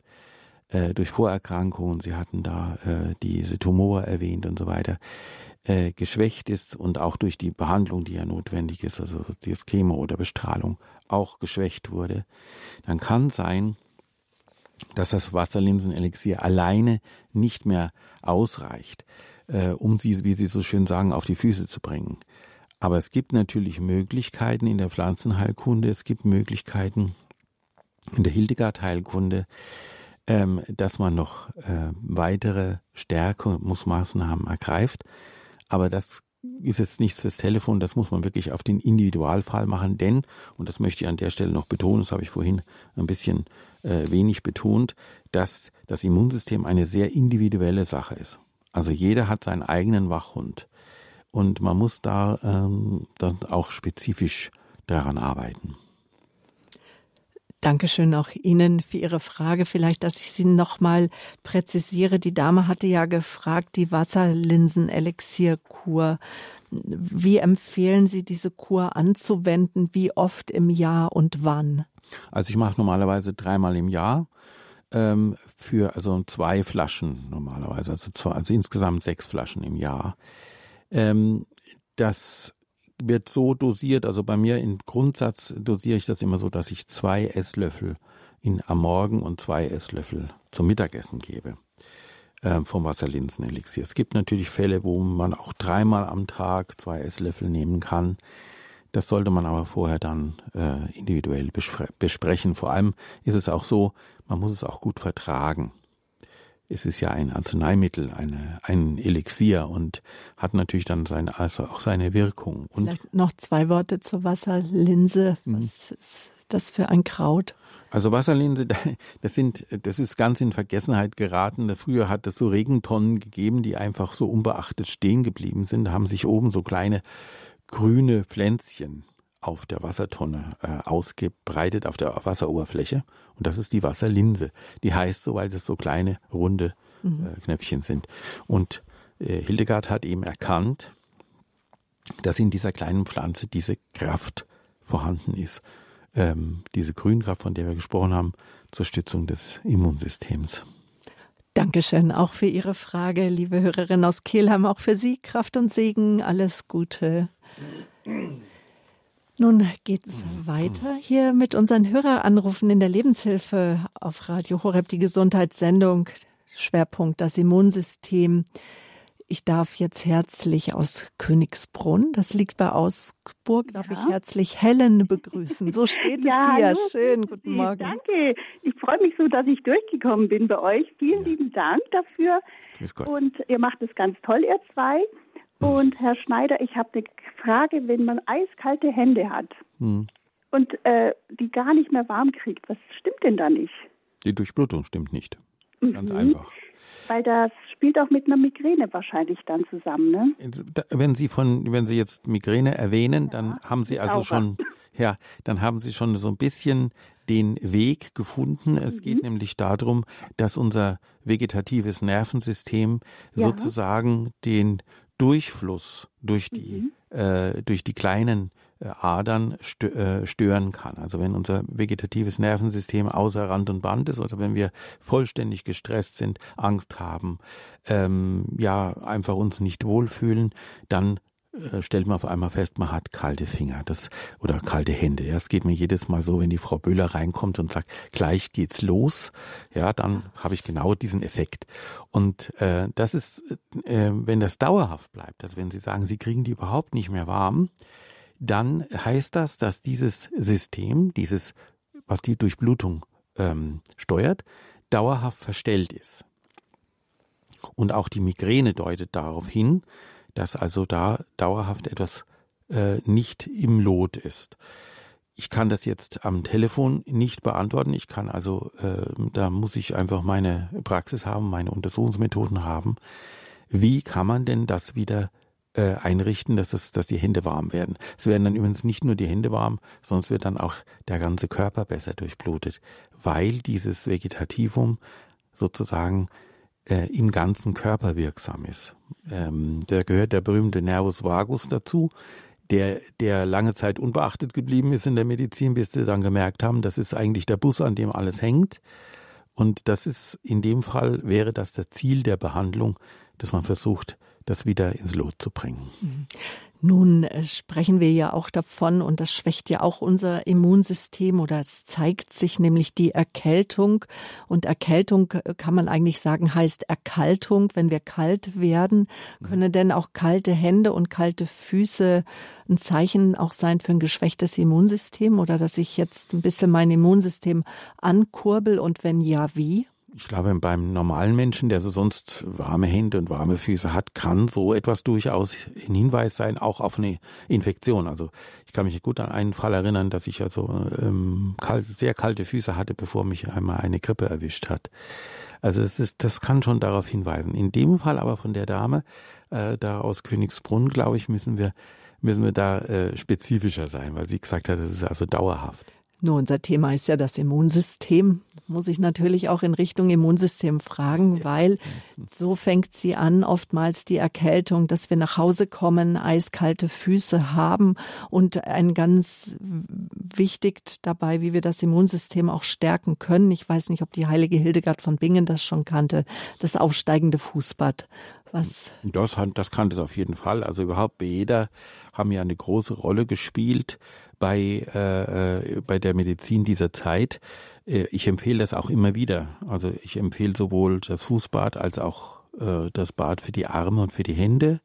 durch Vorerkrankungen, Sie hatten da diese Tumore erwähnt und so weiter, geschwächt ist und auch durch die Behandlung, die ja notwendig ist, also die Chemo oder Bestrahlung, auch geschwächt wurde, dann kann sein, dass das Wasserlinsenelixier alleine nicht mehr ausreicht, um sie, wie Sie so schön sagen, auf die Füße zu bringen. Aber es gibt natürlich Möglichkeiten in der Pflanzenheilkunde, es gibt Möglichkeiten in der Hildegard-Heilkunde, dass man noch weitere Stärkungsmaßnahmen ergreift. Aber das ist jetzt nichts fürs Telefon, das muss man wirklich auf den Individualfall machen, denn, und das möchte ich an der Stelle noch betonen, das habe ich vorhin ein bisschen wenig betont, dass das Immunsystem eine sehr individuelle Sache ist. Also jeder hat seinen eigenen Wachhund und man muss da dann auch spezifisch daran arbeiten. Dankeschön auch Ihnen für Ihre Frage. Vielleicht, dass ich sie noch mal präzisiere. Die Dame hatte ja gefragt, die Wasserlinsenelixierkur. Wie empfehlen Sie, diese Kur anzuwenden? Wie oft im Jahr und wann? Also ich mache normalerweise 3-mal im Jahr für 2 Flaschen normalerweise, also insgesamt 6 Flaschen im Jahr. Das wird so dosiert, also bei mir im Grundsatz dosiere ich das immer so, dass ich 2 Esslöffel am Morgen und 2 Esslöffel zum Mittagessen gebe vom Wasserlinsenelixier. Es gibt natürlich Fälle, wo man auch 3-mal am Tag 2 Esslöffel nehmen kann. Das sollte man aber vorher dann individuell besprechen. Vor allem ist es auch so, man muss es auch gut vertragen. Es ist ja ein Arzneimittel, ein Elixier und hat natürlich dann auch seine Wirkung. Und vielleicht noch 2 Worte zur Wasserlinse. Was ist das für ein Kraut? Also Wasserlinse, das ist ganz in Vergessenheit geraten. Früher hat es so Regentonnen gegeben, die einfach so unbeachtet stehen geblieben sind. Da haben sich oben so kleine grüne Pflänzchen auf der Wassertonne ausgebreitet, auf der Wasseroberfläche. Und das ist die Wasserlinse. Die heißt so, weil es so kleine, runde Knöpfchen sind. Und Hildegard hat eben erkannt, dass in dieser kleinen Pflanze diese Kraft vorhanden ist. Diese Grünkraft, von der wir gesprochen haben, zur Stützung des Immunsystems. Dankeschön auch für Ihre Frage, liebe Hörerin aus Kelheim. Auch für Sie Kraft und Segen, alles Gute. Nun geht's weiter hier mit unseren Höreranrufen in der Lebenshilfe auf Radio Horeb, die Gesundheitssendung, Schwerpunkt das Immunsystem. Ich darf jetzt herzlich aus Königsbrunn, das liegt bei Augsburg, darf ich herzlich Helen begrüßen. So steht es hier. Hallo, schön, guten Morgen. Danke, ich freue mich so, dass ich durchgekommen bin bei euch. Vielen lieben Dank dafür. Grüß Gott. Und ihr macht es ganz toll, ihr zwei. Und Herr Schneider, ich habe eine Frage, wenn man eiskalte Hände hat und die gar nicht mehr warm kriegt, was stimmt denn da nicht? Die Durchblutung stimmt nicht. Ganz einfach. Weil das spielt auch mit einer Migräne wahrscheinlich dann zusammen, ne? Wenn Sie jetzt Migräne erwähnen, dann haben Sie also schon, dann haben Sie schon so ein bisschen den Weg gefunden. Es geht nämlich darum, dass unser vegetatives Nervensystem sozusagen den Durchfluss durch die kleinen Adern stören kann. Also wenn unser vegetatives Nervensystem außer Rand und Band ist oder wenn wir vollständig gestresst sind, Angst haben, einfach uns nicht wohlfühlen, dann stellt man auf einmal fest, man hat kalte Finger oder kalte Hände. Ja, es geht mir jedes Mal so, wenn die Frau Böhler reinkommt und sagt, gleich geht's los, ja, dann habe ich genau diesen Effekt. Und das ist, wenn das dauerhaft bleibt, also wenn Sie sagen, Sie kriegen die überhaupt nicht mehr warm, dann heißt das, dass dieses System, was die Durchblutung steuert, dauerhaft verstellt ist. Und auch die Migräne deutet darauf hin, dass also da dauerhaft etwas nicht im Lot ist. Ich kann das jetzt am Telefon nicht beantworten. Ich kann also, da muss ich einfach meine Praxis haben, meine Untersuchungsmethoden haben. Wie kann man denn das wieder einrichten, dass die Hände warm werden? Es werden dann übrigens nicht nur die Hände warm, sondern es wird dann auch der ganze Körper besser durchblutet, weil dieses Vegetativum sozusagen im ganzen Körper wirksam ist. Da gehört der berühmte Nervus vagus dazu, der lange Zeit unbeachtet geblieben ist in der Medizin, bis sie dann gemerkt haben, das ist eigentlich der Bus, an dem alles hängt. Und das ist in dem Fall, wäre das Ziel der Behandlung, dass man versucht, das wieder ins Lot zu bringen. Nun sprechen wir ja auch davon, und das schwächt ja auch unser Immunsystem, oder es zeigt sich nämlich die Erkältung. Und Erkältung, kann man eigentlich sagen, heißt Erkaltung. Wenn wir kalt werden, können denn auch kalte Hände und kalte Füße ein Zeichen auch sein für ein geschwächtes Immunsystem, oder dass ich jetzt ein bisschen mein Immunsystem ankurbel, und wenn ja, wie? Ich glaube, beim normalen Menschen, der so sonst warme Hände und warme Füße hat, kann so etwas durchaus ein Hinweis sein, auch auf eine Infektion. Also ich kann mich gut an einen Fall erinnern, dass ich also sehr kalte Füße hatte, bevor mich einmal eine Grippe erwischt hat. Also das kann schon darauf hinweisen. In dem Fall aber von der Dame da aus Königsbrunn, glaube ich, müssen wir da spezifischer sein, weil sie gesagt hat, das ist also dauerhaft. Nur unser Thema ist ja das Immunsystem. Muss ich natürlich auch in Richtung Immunsystem fragen, weil so fängt sie an, oftmals die Erkältung, dass wir nach Hause kommen, eiskalte Füße haben, und ein ganz wichtig dabei, wie wir das Immunsystem auch stärken können. Ich weiß nicht, ob die heilige Hildegard von Bingen das schon kannte, das aufsteigende Fußbad. Das kannte es auf jeden Fall. Also überhaupt Bäder haben ja eine große Rolle gespielt bei der Medizin dieser Zeit. Ich empfehle das auch immer wieder. Also ich empfehle sowohl das Fußbad als auch das Bad für die Arme und für die Hände.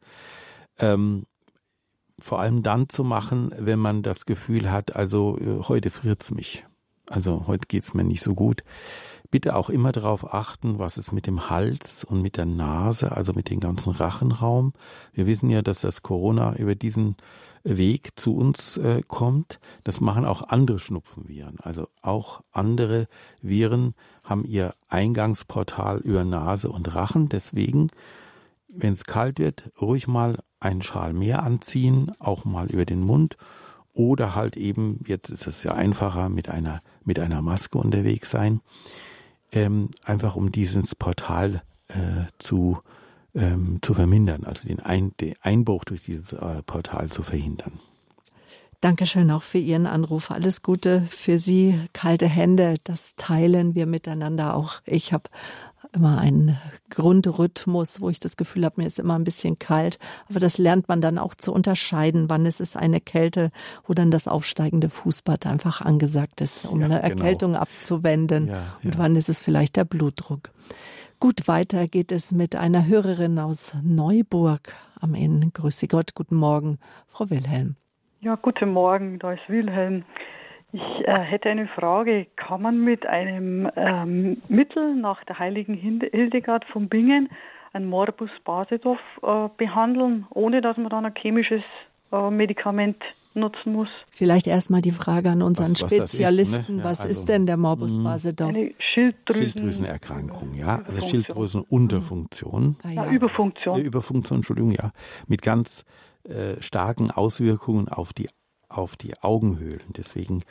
Vor allem dann zu machen, wenn man das Gefühl hat, also heute friert's mich. Also heute geht's mir nicht so gut. Bitte auch immer darauf achten, was ist mit dem Hals und mit der Nase, also mit dem ganzen Rachenraum. Wir wissen ja, dass das Corona über diesen Weg zu uns kommt. Das machen auch andere Schnupfenviren. Also auch andere Viren haben ihr Eingangsportal über Nase und Rachen. Deswegen, wenn es kalt wird, ruhig mal einen Schal mehr anziehen, auch mal über den Mund. Oder halt eben, jetzt ist es ja einfacher, mit einer Maske unterwegs sein. Einfach um dieses Portal zu vermindern, also den Einbruch durch dieses Portal zu verhindern. Dankeschön auch für Ihren Anruf. Alles Gute für Sie. Kalte Hände, das teilen wir miteinander auch. Ich habe immer einen Grundrhythmus, wo ich das Gefühl habe, mir ist immer ein bisschen kalt. Aber das lernt man dann auch zu unterscheiden, wann ist es eine Kälte, wo dann das aufsteigende Fußbad einfach angesagt ist, um eine Erkältung abzuwenden. Ja. Und wann ist es vielleicht der Blutdruck. Gut, weiter geht es mit einer Hörerin aus Neuburg am Inn. Grüße Gott, guten Morgen, Frau Wilhelm. Ja, guten Morgen, da ist Wilhelm. Ich hätte eine Frage. Kann man mit einem Mittel nach der heiligen Hildegard von Bingen ein Morbus Basedow behandeln, ohne dass man dann ein chemisches Medikament nutzen muss. Vielleicht erstmal die Frage an unseren Spezialisten. Was ist denn der Morbus Basedow? Eine Schilddrüsenerkrankung, ja. Also Schilddrüsenunterfunktion. Überfunktion. Überfunktion, Entschuldigung, ja. Mit ganz starken Auswirkungen auf die Augenhöhlen. Deswegen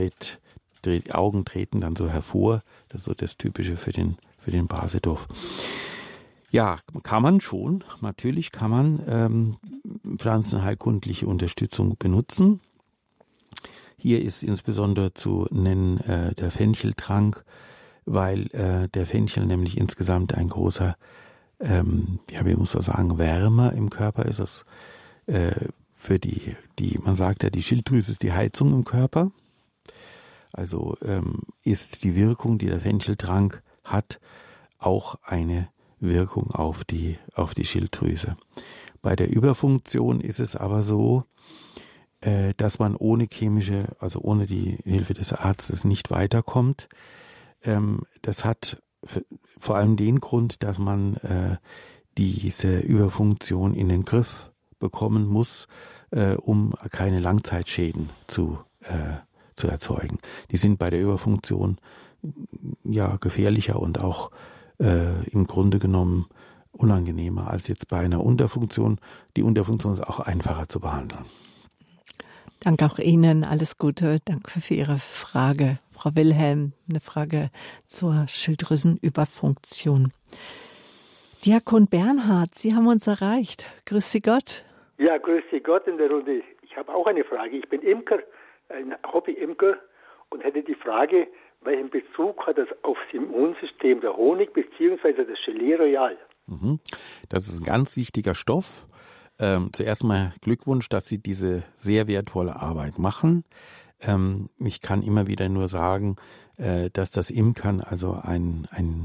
die Augen treten dann so hervor. Das ist so das Typische für den Basedow. Ja, kann man schon. Natürlich kann man pflanzenheilkundliche Unterstützung benutzen. Hier ist insbesondere zu nennen der Fencheltrank, weil der Fenchel nämlich insgesamt ein großer, wie muss man sagen, Wärmer im Körper ist. Das für man sagt ja, die Schilddrüse ist die Heizung im Körper. Also ist die Wirkung, die der Fencheltrank hat, auch eine Wirkung auf die Schilddrüse. Bei der Überfunktion ist es aber so, dass man ohne die Hilfe des Arztes nicht weiterkommt. Das hat vor allem den Grund, dass man diese Überfunktion in den Griff bekommen muss, um keine Langzeitschäden zu erzeugen. Die sind bei der Überfunktion ja gefährlicher und auch im Grunde genommen unangenehmer als jetzt bei einer Unterfunktion. Die Unterfunktion ist auch einfacher zu behandeln. Danke auch Ihnen, alles Gute. Danke für Ihre Frage, Frau Wilhelm. Eine Frage zur Schilddrüsenüberfunktion. Diakon Bernhard, Sie haben uns erreicht. Grüß Sie Gott. Ja, grüß Sie Gott in der Runde. Ich habe auch eine Frage. Ich bin Imker, ein Hobby-Imker und hätte die Frage, welchen Bezug hat das aufs Immunsystem der Honig bzw. das Gelee Royal? Das ist ein ganz wichtiger Stoff. Zuerst mal Glückwunsch, dass Sie diese sehr wertvolle Arbeit machen. Ich kann immer wieder nur sagen, dass das Imkern also eine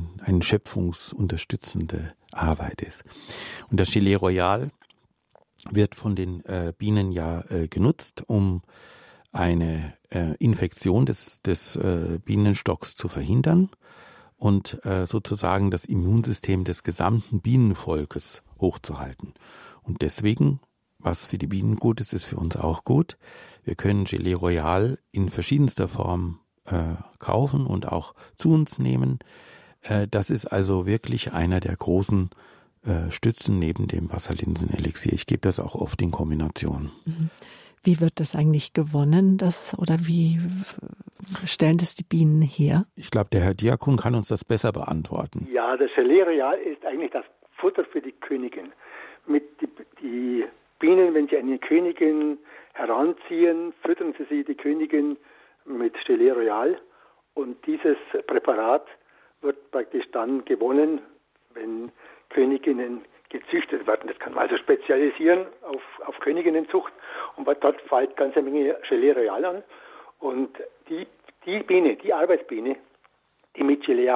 schöpfungsunterstützende Arbeit ist. Und das Gelee Royal wird von den Bienen ja genutzt, um eine Infektion des Bienenstocks zu verhindern und sozusagen das Immunsystem des gesamten Bienenvolkes hochzuhalten. Und deswegen, was für die Bienen gut ist, ist für uns auch gut. Wir können Gelee Royal in verschiedenster Form kaufen und auch zu uns nehmen. Das ist also wirklich einer der großen Stützen neben dem Wasserlinsenelixier. Ich gebe das auch oft in Kombination. Wie wird das eigentlich gewonnen, oder wie stellen das die Bienen her? Ich glaube, der Herr Diakon kann uns das besser beantworten. Ja, das Gelee Royal ist eigentlich das Futter für die Königin. Die Bienen, wenn sie eine Königin heranziehen, füttern sie die Königin mit Gelee Royal und dieses Präparat wird praktisch dann gewonnen, wenn Königinnen gezüchtet werden. Das kann man also spezialisieren auf Königinnenzucht und dort fällt ganz eine Menge Gelee Royal an und die Biene, die Arbeitsbiene, die mit Gelee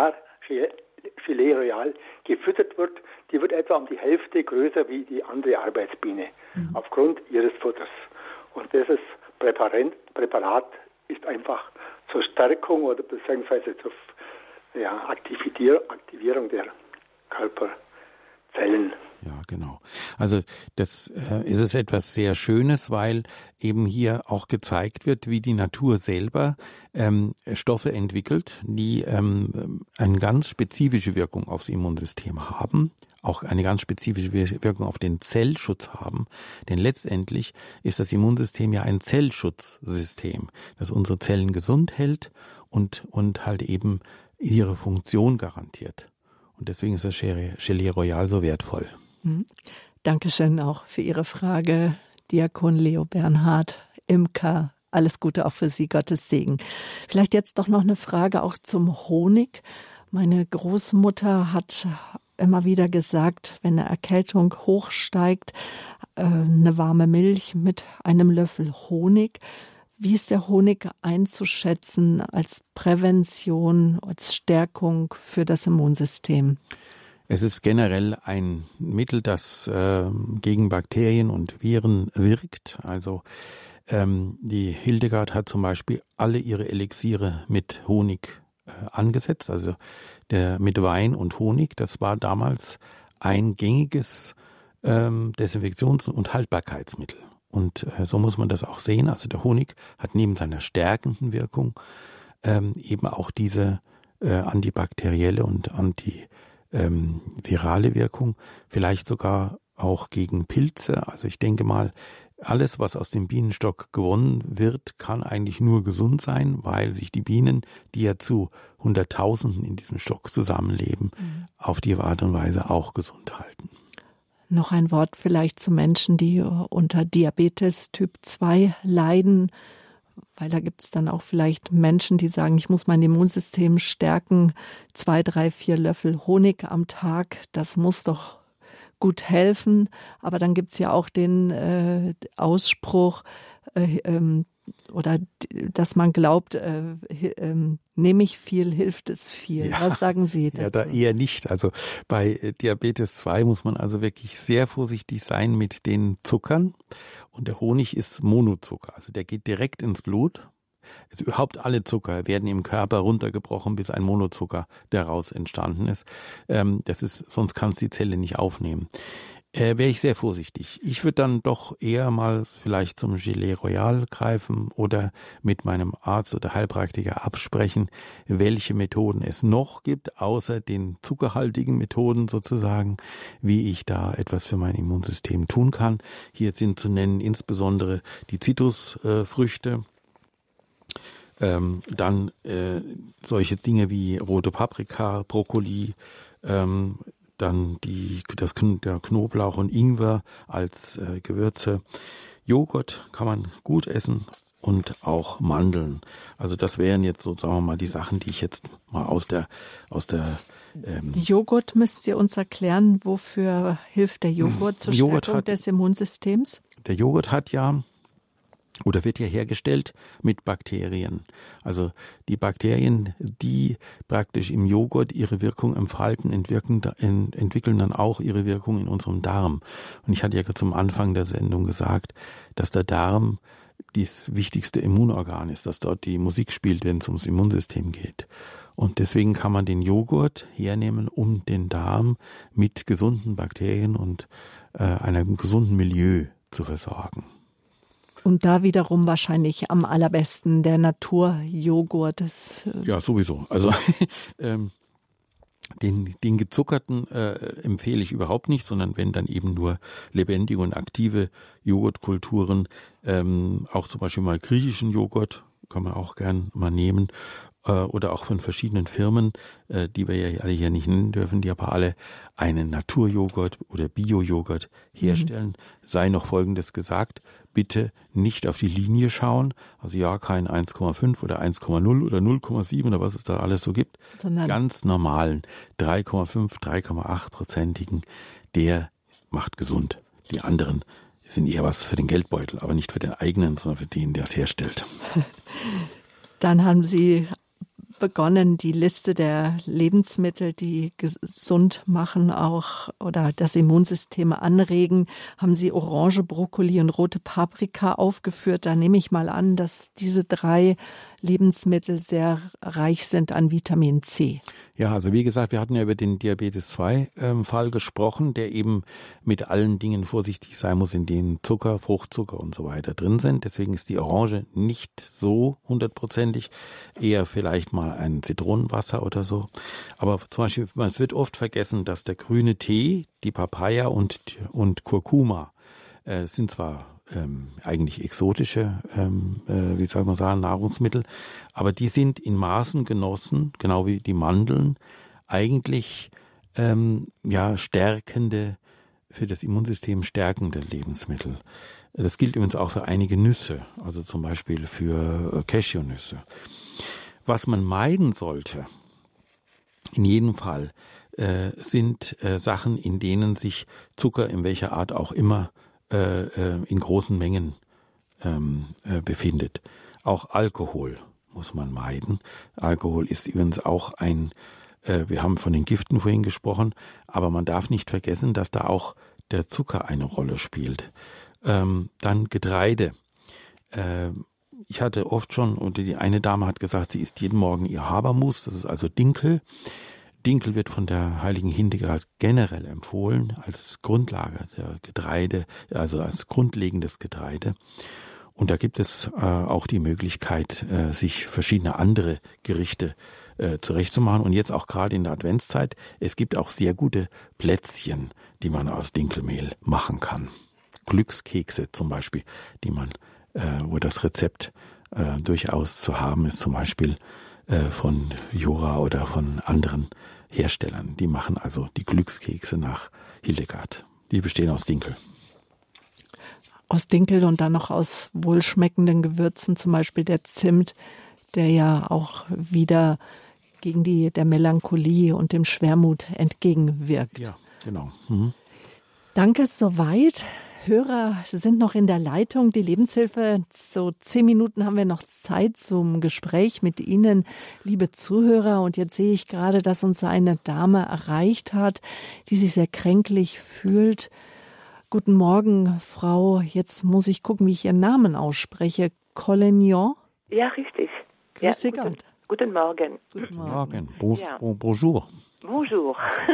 Royal gefüttert wird, die wird etwa um die Hälfte größer wie die andere Arbeitsbiene aufgrund ihres Futters. Und dieses Präparat ist einfach zur Stärkung oder beziehungsweise zur Aktivierung der Körperzellen. Ja, genau. Also das ist es etwas sehr Schönes, weil eben hier auch gezeigt wird, wie die Natur selber Stoffe entwickelt, die eine ganz spezifische Wirkung aufs Immunsystem haben, auch eine ganz spezifische Wirkung auf den Zellschutz haben. Denn letztendlich ist das Immunsystem ja ein Zellschutzsystem, das unsere Zellen gesund hält und halt eben ihre Funktion garantiert. Und deswegen ist das Gelee Royal so wertvoll. Dankeschön auch für Ihre Frage, Diakon Leo Bernhard, Imker. Alles Gute auch für Sie, Gottes Segen. Vielleicht jetzt doch noch eine Frage auch zum Honig. Meine Großmutter hat immer wieder gesagt, wenn eine Erkältung hochsteigt, eine warme Milch mit einem Löffel Honig. Wie ist der Honig einzuschätzen als Prävention, als Stärkung für das Immunsystem? Es ist generell ein Mittel, das gegen Bakterien und Viren wirkt. Also die Hildegard hat zum Beispiel alle ihre Elixiere mit Honig angesetzt, also mit Wein und Honig. Das war damals ein gängiges Desinfektions- und Haltbarkeitsmittel. Und so muss man das auch sehen. Also der Honig hat neben seiner stärkenden Wirkung eben auch diese antibakterielle und antivirale Wirkung, vielleicht sogar auch gegen Pilze. Also ich denke mal, alles, was aus dem Bienenstock gewonnen wird, kann eigentlich nur gesund sein, weil sich die Bienen, die ja zu Hunderttausenden in diesem Stock zusammenleben, auf die Art und Weise auch gesund halten. Noch ein Wort vielleicht zu Menschen, die unter Diabetes Typ 2 leiden, weil da gibt es dann auch vielleicht Menschen, die sagen, ich muss mein Immunsystem stärken, 2, 3, 4 Löffel Honig am Tag, das muss doch gut helfen. Aber dann gibt es ja auch den Ausspruch, oder dass man glaubt, nehme ich viel, hilft es viel. Ja, was sagen Sie dazu? Ja, da eher nicht. Also bei Diabetes 2 muss man also wirklich sehr vorsichtig sein mit den Zuckern. Und der Honig ist Monozucker, also der geht direkt ins Blut. Also überhaupt alle Zucker werden im Körper runtergebrochen, bis ein Monozucker daraus entstanden ist. Sonst kann es die Zelle nicht aufnehmen. Wäre ich sehr vorsichtig. Ich würde dann doch eher mal vielleicht zum Gelee Royal greifen oder mit meinem Arzt oder Heilpraktiker absprechen, welche Methoden es noch gibt, außer den zuckerhaltigen Methoden sozusagen, wie ich da etwas für mein Immunsystem tun kann. Hier sind zu nennen insbesondere die Zitrusfrüchte, dann solche Dinge wie rote Paprika, Brokkoli, dann der Knoblauch und Ingwer als Gewürze. Joghurt kann man gut essen und auch Mandeln. Also das wären jetzt so, sagen wir mal, die Sachen, die ich jetzt mal aus der Joghurt müsst ihr uns erklären, wofür hilft der Joghurt zur Stärkung des Immunsystems? Der Joghurt hat ja oder wird ja hergestellt mit Bakterien. Also die Bakterien, die praktisch im Joghurt ihre Wirkung entfalten, entwickeln dann auch ihre Wirkung in unserem Darm. Und ich hatte ja zum Anfang der Sendung gesagt, dass der Darm das wichtigste Immunorgan ist, dass dort die Musik spielt, wenn es ums Immunsystem geht. Und deswegen kann man den Joghurt hernehmen, um den Darm mit gesunden Bakterien und einem gesunden Milieu zu versorgen. Und da wiederum wahrscheinlich am allerbesten der Naturjoghurt. Ja, sowieso. Also den gezuckerten empfehle ich überhaupt nicht, sondern wenn dann eben nur lebendige und aktive Joghurtkulturen, auch zum Beispiel mal griechischen Joghurt, kann man auch gern mal nehmen. Oder auch von verschiedenen Firmen, die wir ja alle hier nicht nennen dürfen, die aber alle einen Naturjoghurt oder Biojoghurt herstellen. Sei noch Folgendes gesagt, bitte nicht auf die Linie schauen, also ja kein 1,5 oder 1,0 oder 0,7 oder was es da alles so gibt, sondern ganz normalen 3,5, 3,8-prozentigen, der macht gesund. Die anderen sind eher was für den Geldbeutel, aber nicht für den eigenen, sondern für den, der es herstellt. Dann haben Sie begonnen, die Liste der Lebensmittel, die gesund machen auch oder das Immunsystem anregen, haben Sie Orange, Brokkoli und rote Paprika aufgeführt. Da nehme ich mal an, dass diese 3 Lebensmittel sehr reich sind an Vitamin C. Ja, also wie gesagt, wir hatten ja über den Diabetes 2 Fall gesprochen, der eben mit allen Dingen vorsichtig sein muss, in denen Zucker, Fruchtzucker und so weiter drin sind. Deswegen ist die Orange nicht so 100%ig, eher vielleicht mal ein Zitronenwasser oder so. Aber zum Beispiel, es wird oft vergessen, dass der grüne Tee, die Papaya und Kurkuma sind zwar eigentlich exotische, Nahrungsmittel, aber die sind in Maßen genossen, genau wie die Mandeln, eigentlich stärkende, für das Immunsystem stärkende Lebensmittel. Das gilt übrigens auch für einige Nüsse, also zum Beispiel für Cashewnüsse. Was man meiden sollte, in jedem Fall, sind Sachen, in denen sich Zucker in welcher Art auch immer in großen Mengen befindet. Auch Alkohol muss man meiden. Alkohol ist übrigens auch wir haben von den Giften vorhin gesprochen, aber man darf nicht vergessen, dass da auch der Zucker eine Rolle spielt. Dann Getreide. Ich hatte oft schon, und die eine Dame hat gesagt, sie isst jeden Morgen ihr Habermus, das ist also Dinkel. Dinkel wird von der heiligen Hildegard generell empfohlen als Grundlage der Getreide, also als grundlegendes Getreide. Und da gibt es auch die Möglichkeit, sich verschiedene andere Gerichte zurechtzumachen. Und jetzt auch gerade in der Adventszeit, es gibt auch sehr gute Plätzchen, die man aus Dinkelmehl machen kann. Glückskekse zum Beispiel, die man, wo das Rezept durchaus zu haben ist, zum Beispiel von Jura oder von anderen Herstellern. Die machen also die Glückskekse nach Hildegard. Die bestehen aus Dinkel. Aus Dinkel und dann noch aus wohlschmeckenden Gewürzen, zum Beispiel der Zimt, der ja auch wieder gegen der Melancholie und dem Schwermut entgegenwirkt. Ja, genau. Danke soweit. Hörer sind noch in der Leitung. Die Lebenshilfe, so 10 Minuten haben wir noch Zeit zum Gespräch mit Ihnen, liebe Zuhörer. Und jetzt sehe ich gerade, dass uns eine Dame erreicht hat, die sich sehr kränklich fühlt. Guten Morgen, Frau. Jetzt muss ich gucken, wie ich Ihren Namen ausspreche. Collignon? Ja, richtig. Grüß Sie Gott. Guten Morgen. Guten Morgen. Bonjour. Bonjour.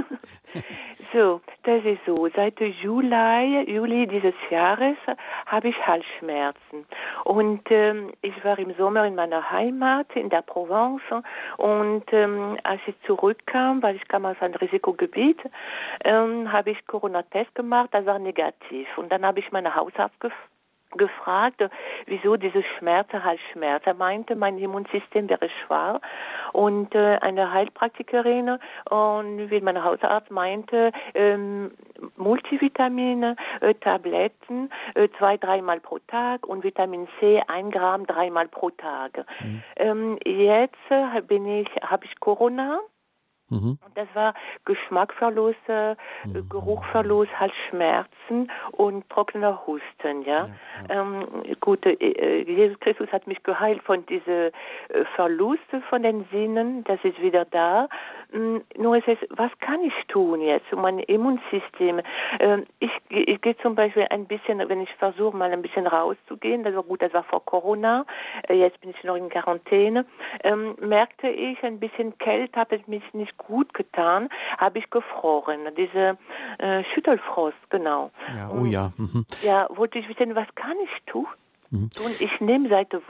So, das ist so. Seit Juli dieses Jahres habe ich Halsschmerzen. Und ich war im Sommer in meiner Heimat, in der Provence. Und als ich zurückkam, weil ich kam aus einem Risikogebiet, habe ich Corona-Test gemacht, das war negativ. Und dann habe ich meinen Hausarzt gefragt, wieso diese Halsschmerz. Er meinte, mein Immunsystem wäre schwach und eine Heilpraktikerin und wie mein Hausarzt meinte, Multivitamine, Tabletten 2-3 Mal pro Tag und Vitamin C 1 Gramm 3 Mal pro Tag. Jetzt habe ich Corona. Und das war Geschmackverlust, Geruchverlust, Halsschmerzen und trockener Husten, ja. Gut, Jesus Christus hat mich geheilt von diesem Verlust von den Sinnen, das ist wieder da. Nur es ist, was kann ich tun jetzt, um mein Immunsystem? Ich gehe zum Beispiel ein bisschen, wenn ich versuche, mal ein bisschen rauszugehen, das war gut, das war vor Corona, jetzt bin ich noch in Quarantäne, merkte ich ein bisschen Kälte, habe es mich nicht gut getan, habe ich gefroren. Diese Schüttelfrost, genau. Ja, Ja, wollte ich wissen, was kann ich tun? Und ich nehme seit 3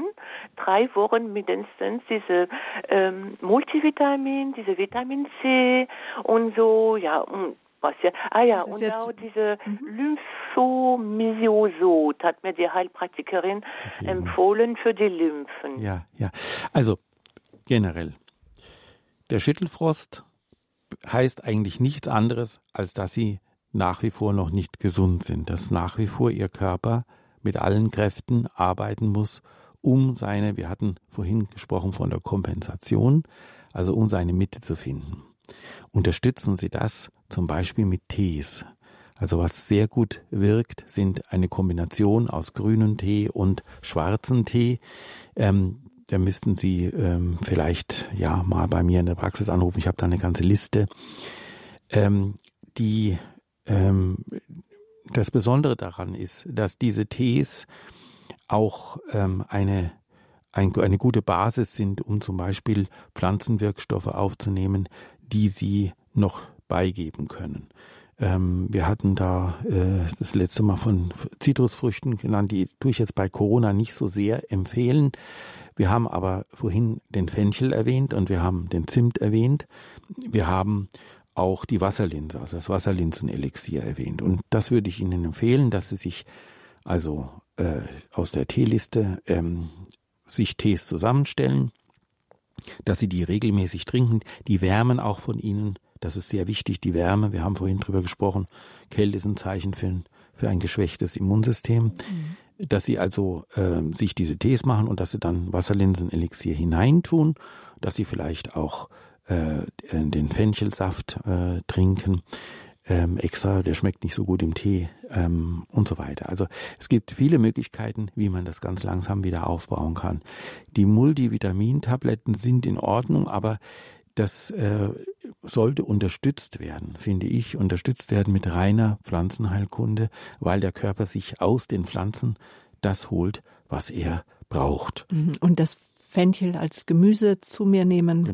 Wochen mindestens diese Multivitamin, diese Vitamin C und so, ja, und was ja. Und auch diese Lymphomyosot hat mir die Heilpraktikerin empfohlen für die Lymphen. Ja. Also generell. Der Schüttelfrost heißt eigentlich nichts anderes, als dass Sie nach wie vor noch nicht gesund sind, dass nach wie vor Ihr Körper mit allen Kräften arbeiten muss, wir hatten vorhin gesprochen von der Kompensation, also um seine Mitte zu finden. Unterstützen Sie das zum Beispiel mit Tees. Also was sehr gut wirkt, sind eine Kombination aus grünem Tee und schwarzem Tee. Da müssten Sie vielleicht mal bei mir in der Praxis anrufen. Ich habe da eine ganze Liste. Das Besondere daran ist, dass diese Tees auch eine gute Basis sind, um zum Beispiel Pflanzenwirkstoffe aufzunehmen, die Sie noch beigeben können. Wir hatten da das letzte Mal von Zitrusfrüchten genannt, die tue ich jetzt bei Corona nicht so sehr empfehlen. Wir haben aber vorhin den Fenchel erwähnt und wir haben den Zimt erwähnt. Wir haben auch die Wasserlinse, also das Wasserlinsenelixier erwähnt. Und das würde ich Ihnen empfehlen, dass Sie sich also aus der Teeliste sich Tees zusammenstellen, dass Sie die regelmäßig trinken. Die wärmen auch von Ihnen. Das ist sehr wichtig, die Wärme. Wir haben vorhin drüber gesprochen. Kälte ist ein Zeichen für ein geschwächtes Immunsystem. Dass Sie also sich diese Tees machen und dass Sie dann Wasserlinsenelixier hineintun, dass Sie vielleicht auch den Fenchelsaft trinken, extra, der schmeckt nicht so gut im Tee und so weiter. Also es gibt viele Möglichkeiten, wie man das ganz langsam wieder aufbauen kann. Die Multivitamintabletten sind in Ordnung, aber das sollte unterstützt werden, finde ich, unterstützt werden mit reiner Pflanzenheilkunde, weil der Körper sich aus den Pflanzen das holt, was er braucht. Und das Fenchel als Gemüse zu mir nehmen. Genau.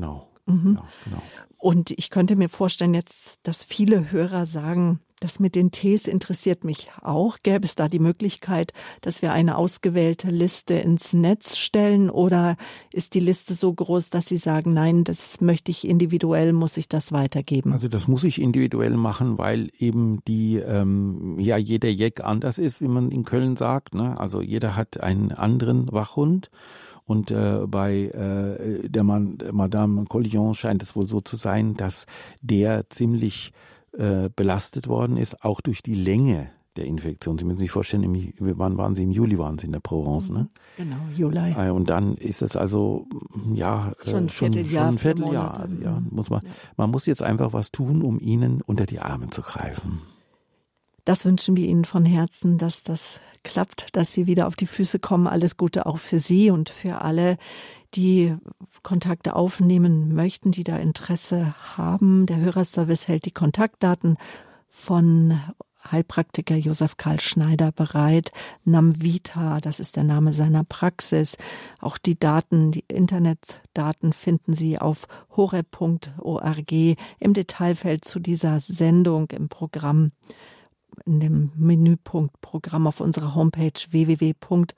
Mhm. Ja, genau. Und ich könnte mir vorstellen jetzt, dass viele Hörer sagen, das mit den Tees interessiert mich auch. Gäbe es da die Möglichkeit, dass wir eine ausgewählte Liste ins Netz stellen? Oder ist die Liste so groß, dass Sie sagen, nein, das möchte ich individuell, muss ich das weitergeben? Also das muss ich individuell machen, weil eben jeder Jeck anders ist, wie man in Köln sagt, ne? Also jeder hat einen anderen Wachhund. Und bei der Madame Collion scheint es wohl so zu sein, dass der ziemlich belastet worden ist, auch durch die Länge der Infektion. Sie müssen sich vorstellen, wann waren Sie? Im Juli waren Sie in der Provence, ne? Genau, Juli. Und dann ist es also schon ein Vierteljahr. Also man muss jetzt einfach was tun, um ihnen unter die Arme zu greifen. Das wünschen wir Ihnen von Herzen, dass das klappt, dass Sie wieder auf die Füße kommen. Alles Gute auch für Sie und für alle, die Kontakte aufnehmen möchten, die da Interesse haben. Der Hörerservice hält die Kontaktdaten von Heilpraktiker Josef Karl Schneider bereit. Namvita, das ist der Name seiner Praxis. Auch die Internetdaten finden Sie auf horeb.org im Detailfeld zu dieser Sendung im Programm. In dem Menüpunkt Programm auf unserer Homepage www.horeb.org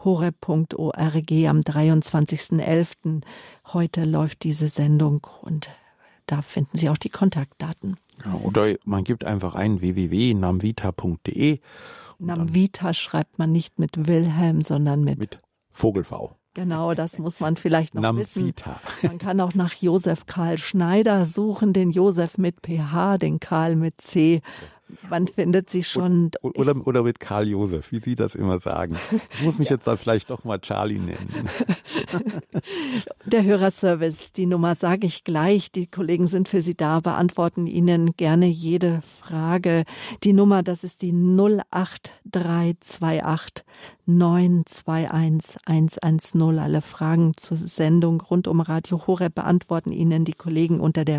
am 23.11. Heute läuft diese Sendung und da finden Sie auch die Kontaktdaten. Ja, oder man gibt einfach ein www.namvita.de. Namvita schreibt man nicht mit Wilhelm, sondern mit Vogel-V. Genau, das muss man vielleicht noch Namvita. Wissen. Man kann auch nach Josef Karl Schneider suchen, den Josef mit PH, den Karl mit C. Man findet sie schon. Oder mit Karl Josef, wie Sie das immer sagen. Ich muss mich jetzt da vielleicht doch mal Charlie nennen. Der Hörerservice, die Nummer sage ich gleich. Die Kollegen sind für Sie da, beantworten Ihnen gerne jede Frage. Die Nummer, das ist die 08328 921 110. Alle Fragen zur Sendung rund um Radio Horeb beantworten Ihnen die Kollegen unter der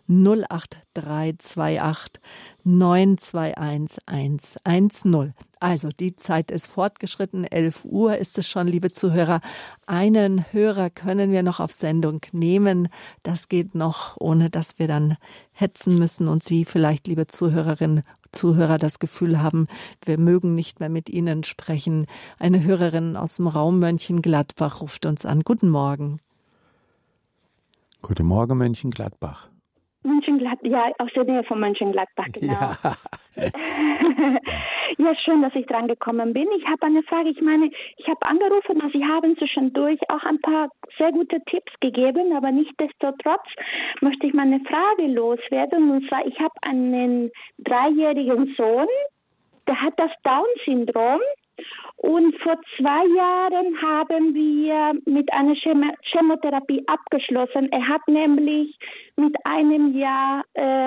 08328 921 110. Also die Zeit ist fortgeschritten, 11 Uhr ist es schon, liebe Zuhörer. Einen Hörer können wir noch auf Sendung nehmen. Das geht noch, ohne dass wir dann hetzen müssen und Sie vielleicht, liebe Zuhörerinnen, Zuhörer, das Gefühl haben, wir mögen nicht mehr mit Ihnen sprechen. Eine Hörerin aus dem Raum Mönchengladbach ruft uns an. Guten Morgen. Guten Morgen, Mönchengladbach. Mönchengladbach, ja, aus der Nähe von Mönchengladbach, genau. Ja. Ja, schön, dass ich dran gekommen bin. Ich habe eine Frage. Ich meine, ich habe angerufen und Sie haben zwischendurch auch ein paar sehr gute Tipps gegeben, aber nichtsdestotrotz möchte ich mal eine Frage loswerden. Und zwar, ich habe einen 3-jährigen Sohn, der hat das Down-Syndrom. Und vor 2 Jahren haben wir mit einer Chemotherapie abgeschlossen. Er hat nämlich mit einem Jahr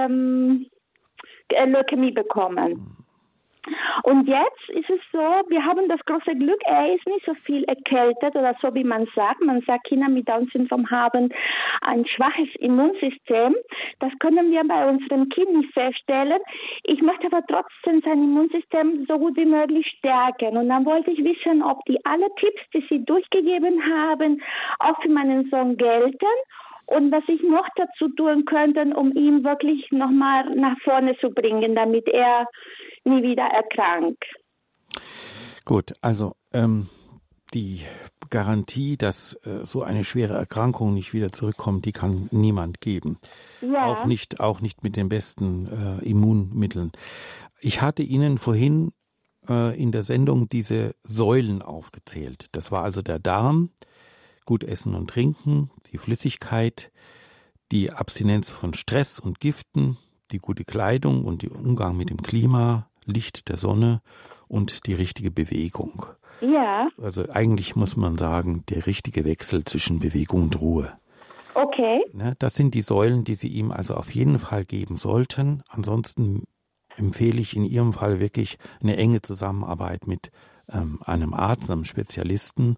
Leukämie bekommen. Und jetzt ist es so, wir haben das große Glück, er ist nicht so viel erkältet oder so, wie man sagt. Man sagt, Kinder mit Down-Syndrom haben ein schwaches Immunsystem. Das können wir bei unserem Kind nicht feststellen. Ich möchte aber trotzdem sein Immunsystem so gut wie möglich stärken. Und dann wollte ich wissen, ob alle Tipps, die Sie durchgegeben haben, auch für meinen Sohn gelten. Und was ich noch dazu tun könnte, um ihn wirklich nochmal nach vorne zu bringen, damit er nie wieder erkrankt. Gut, also die Garantie, dass so eine schwere Erkrankung nicht wieder zurückkommt, die kann niemand geben. Ja. Auch nicht mit den besten Immunmitteln. Ich hatte Ihnen vorhin in der Sendung diese Säulen aufgezählt. Das war also der Darm, gut essen und trinken, die Flüssigkeit, die Abstinenz von Stress und Giften, die gute Kleidung und der Umgang mit dem Klima, Licht der Sonne und die richtige Bewegung. Ja. Also eigentlich muss man sagen, der richtige Wechsel zwischen Bewegung und Ruhe. Okay. Das sind die Säulen, die Sie ihm also auf jeden Fall geben sollten. Ansonsten empfehle ich in Ihrem Fall wirklich eine enge Zusammenarbeit mit einem Arzt, einem Spezialisten.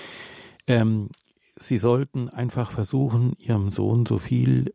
Sie sollten einfach versuchen, Ihrem Sohn so viel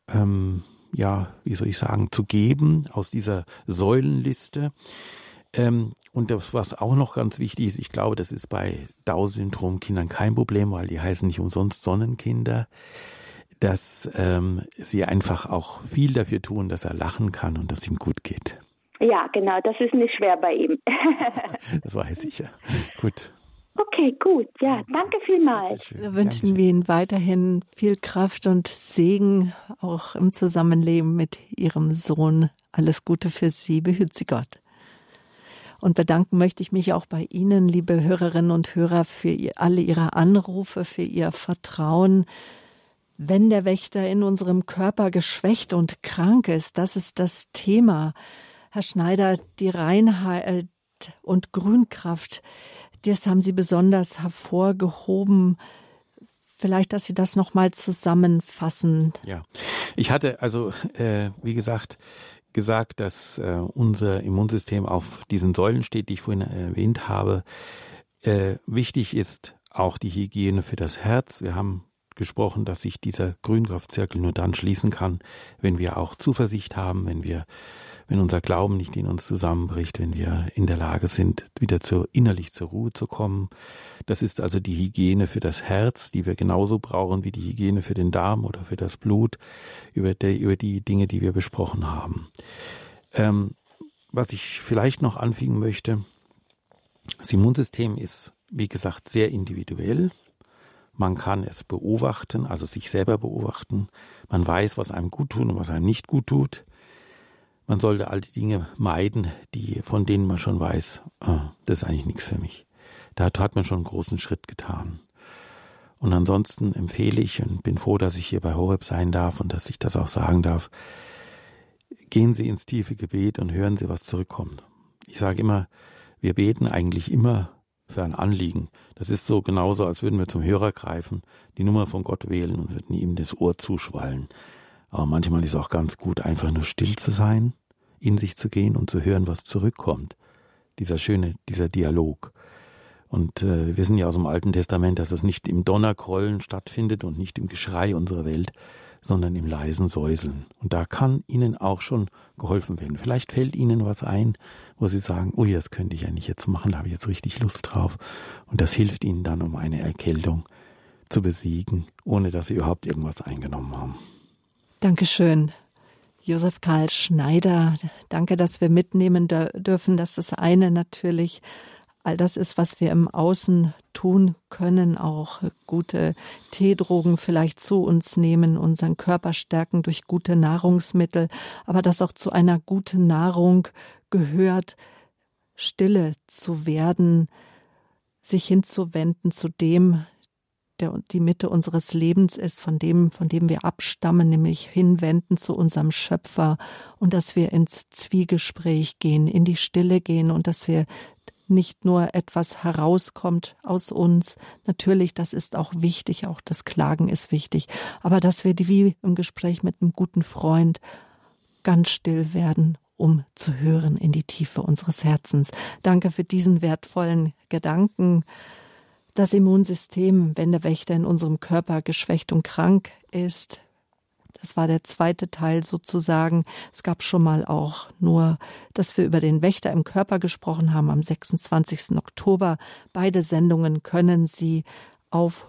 zu geben aus dieser Säulenliste. Und das, was auch noch ganz wichtig ist, ich glaube, das ist bei Down-Syndrom-Kindern kein Problem, weil die heißen nicht umsonst Sonnenkinder. dass Sie einfach auch viel dafür tun, dass er lachen kann und dass ihm gut geht. Ja, genau, das ist nicht schwer bei ihm. Das weiß ich ja. Gut. Okay, gut. Ja, danke vielmals. Wir wünschen Ihnen weiterhin viel Kraft und Segen, auch im Zusammenleben mit Ihrem Sohn. Alles Gute für Sie, behüt Sie Gott. Und bedanken möchte ich mich auch bei Ihnen, liebe Hörerinnen und Hörer, für alle Ihre Anrufe, für Ihr Vertrauen. Wenn der Wächter in unserem Körper geschwächt und krank ist, das ist das Thema. Herr Schneider, die Reinheit und Grünkraft, das haben Sie besonders hervorgehoben. Vielleicht, dass Sie das nochmal zusammenfassen. Ja, ich hatte also, wie gesagt, dass unser Immunsystem auf diesen Säulen steht, die ich vorhin erwähnt habe. Wichtig ist auch die Hygiene für das Herz. Wir haben gesprochen, dass sich dieser Grünkraftzirkel nur dann schließen kann, wenn wir auch Zuversicht haben, wenn unser Glauben nicht in uns zusammenbricht, wenn wir in der Lage sind, wieder innerlich zur Ruhe zu kommen. Das ist also die Hygiene für das Herz, die wir genauso brauchen wie die Hygiene für den Darm oder für das Blut, über die Dinge, die wir besprochen haben. Was ich vielleicht noch anfügen möchte, das Immunsystem ist, wie gesagt, sehr individuell. Man kann es beobachten, also sich selber beobachten. Man weiß, was einem gut tut und was einem nicht gut tut. Man sollte all die Dinge meiden, von denen man schon weiß, das ist eigentlich nichts für mich. Da hat man schon einen großen Schritt getan. Und ansonsten empfehle ich und bin froh, dass ich hier bei Horeb sein darf und dass ich das auch sagen darf, gehen Sie ins tiefe Gebet und hören Sie, was zurückkommt. Ich sage immer, wir beten eigentlich immer für ein Anliegen. Das ist so genauso, als würden wir zum Hörer greifen, die Nummer von Gott wählen und würden ihm das Ohr zuschwallen. Aber manchmal ist es auch ganz gut, einfach nur still zu sein, in sich zu gehen und zu hören, was zurückkommt. Dieser Dialog. Und wir wissen ja aus dem Alten Testament, dass das nicht im Donnergrollen stattfindet und nicht im Geschrei unserer Welt, sondern im leisen Säuseln. Und da kann Ihnen auch schon geholfen werden. Vielleicht fällt Ihnen was ein, wo Sie sagen, ui, das könnte ich eigentlich jetzt machen, da habe ich jetzt richtig Lust drauf. Und das hilft Ihnen dann, um eine Erkältung zu besiegen, ohne dass Sie überhaupt irgendwas eingenommen haben. Dankeschön, Josef Karl Schneider. Danke, dass wir mitnehmen dürfen, dass das eine natürlich all das ist, was wir im Außen tun können, auch gute Teedrogen vielleicht zu uns nehmen, unseren Körper stärken durch gute Nahrungsmittel, aber dass auch zu einer guten Nahrung gehört, stille zu werden, sich hinzuwenden zu dem, der die Mitte unseres Lebens ist, von dem wir abstammen, nämlich hinwenden zu unserem Schöpfer und dass wir ins Zwiegespräch gehen, in die Stille gehen und dass wir nicht nur etwas herauskommt aus uns. Natürlich, das ist auch wichtig, auch das Klagen ist wichtig, aber dass wir wie im Gespräch mit einem guten Freund ganz still werden, um zu hören in die Tiefe unseres Herzens. Danke für diesen wertvollen Gedanken. Das Immunsystem, wenn der Wächter in unserem Körper geschwächt und krank ist, das war der zweite Teil sozusagen. Es gab schon mal auch nur, dass wir über den Wächter im Körper gesprochen haben am 26. Oktober. Beide Sendungen können Sie auf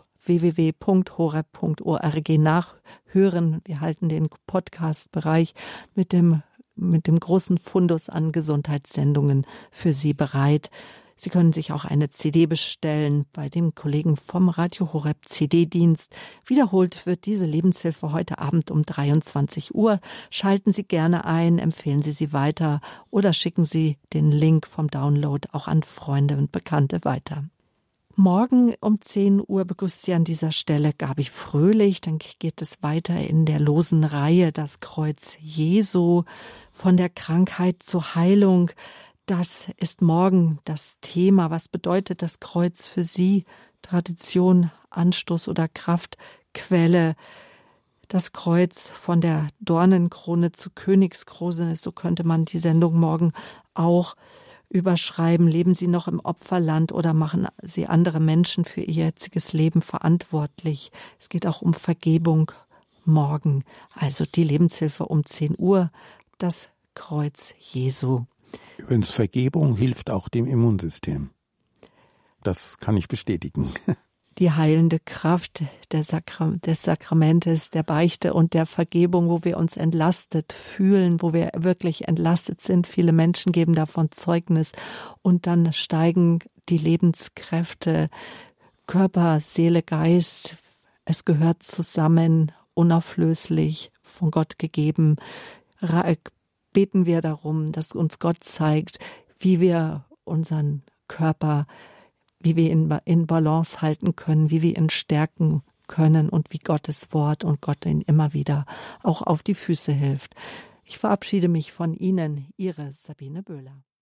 www.horeb.org nachhören. Wir halten den Podcast-Bereich mit dem großen Fundus an Gesundheitssendungen für Sie bereit. Sie können sich auch eine CD bestellen bei den Kollegen vom Radio Horeb CD-Dienst. Wiederholt wird diese Lebenshilfe heute Abend um 23 Uhr. Schalten Sie gerne ein, empfehlen Sie sie weiter oder schicken Sie den Link vom Download auch an Freunde und Bekannte weiter. Morgen um 10 Uhr begrüßt Sie an dieser Stelle Gabi Fröhlich. Dann geht es weiter in der losen Reihe Das Kreuz Jesu, von der Krankheit zur Heilung. Das ist morgen das Thema. Was bedeutet das Kreuz für Sie? Tradition, Anstoß oder Kraftquelle? Das Kreuz von der Dornenkrone zur Königskrone, so könnte man die Sendung morgen auch überschreiben. Leben Sie noch im Opferland oder machen Sie andere Menschen für ihr jetziges Leben verantwortlich? Es geht auch um Vergebung morgen. Also die Lebenshilfe um 10 Uhr, das Kreuz Jesu. Übrigens, Vergebung hilft auch dem Immunsystem. Das kann ich bestätigen. die heilende Kraft des Sakramentes, der Beichte und der Vergebung, wo wir uns entlastet fühlen, wo wir wirklich entlastet sind. Viele Menschen geben davon Zeugnis und dann steigen die Lebenskräfte, Körper, Seele, Geist. Es gehört zusammen, unauflöslich, von Gott gegeben. Beten wir darum, dass uns Gott zeigt, wie wir unseren Körper, wie wir ihn in Balance halten können, wie wir ihn stärken können und wie Gottes Wort und Gott ihn immer wieder auch auf die Füße hilft. Ich verabschiede mich von Ihnen, Ihre Sabine Böhler.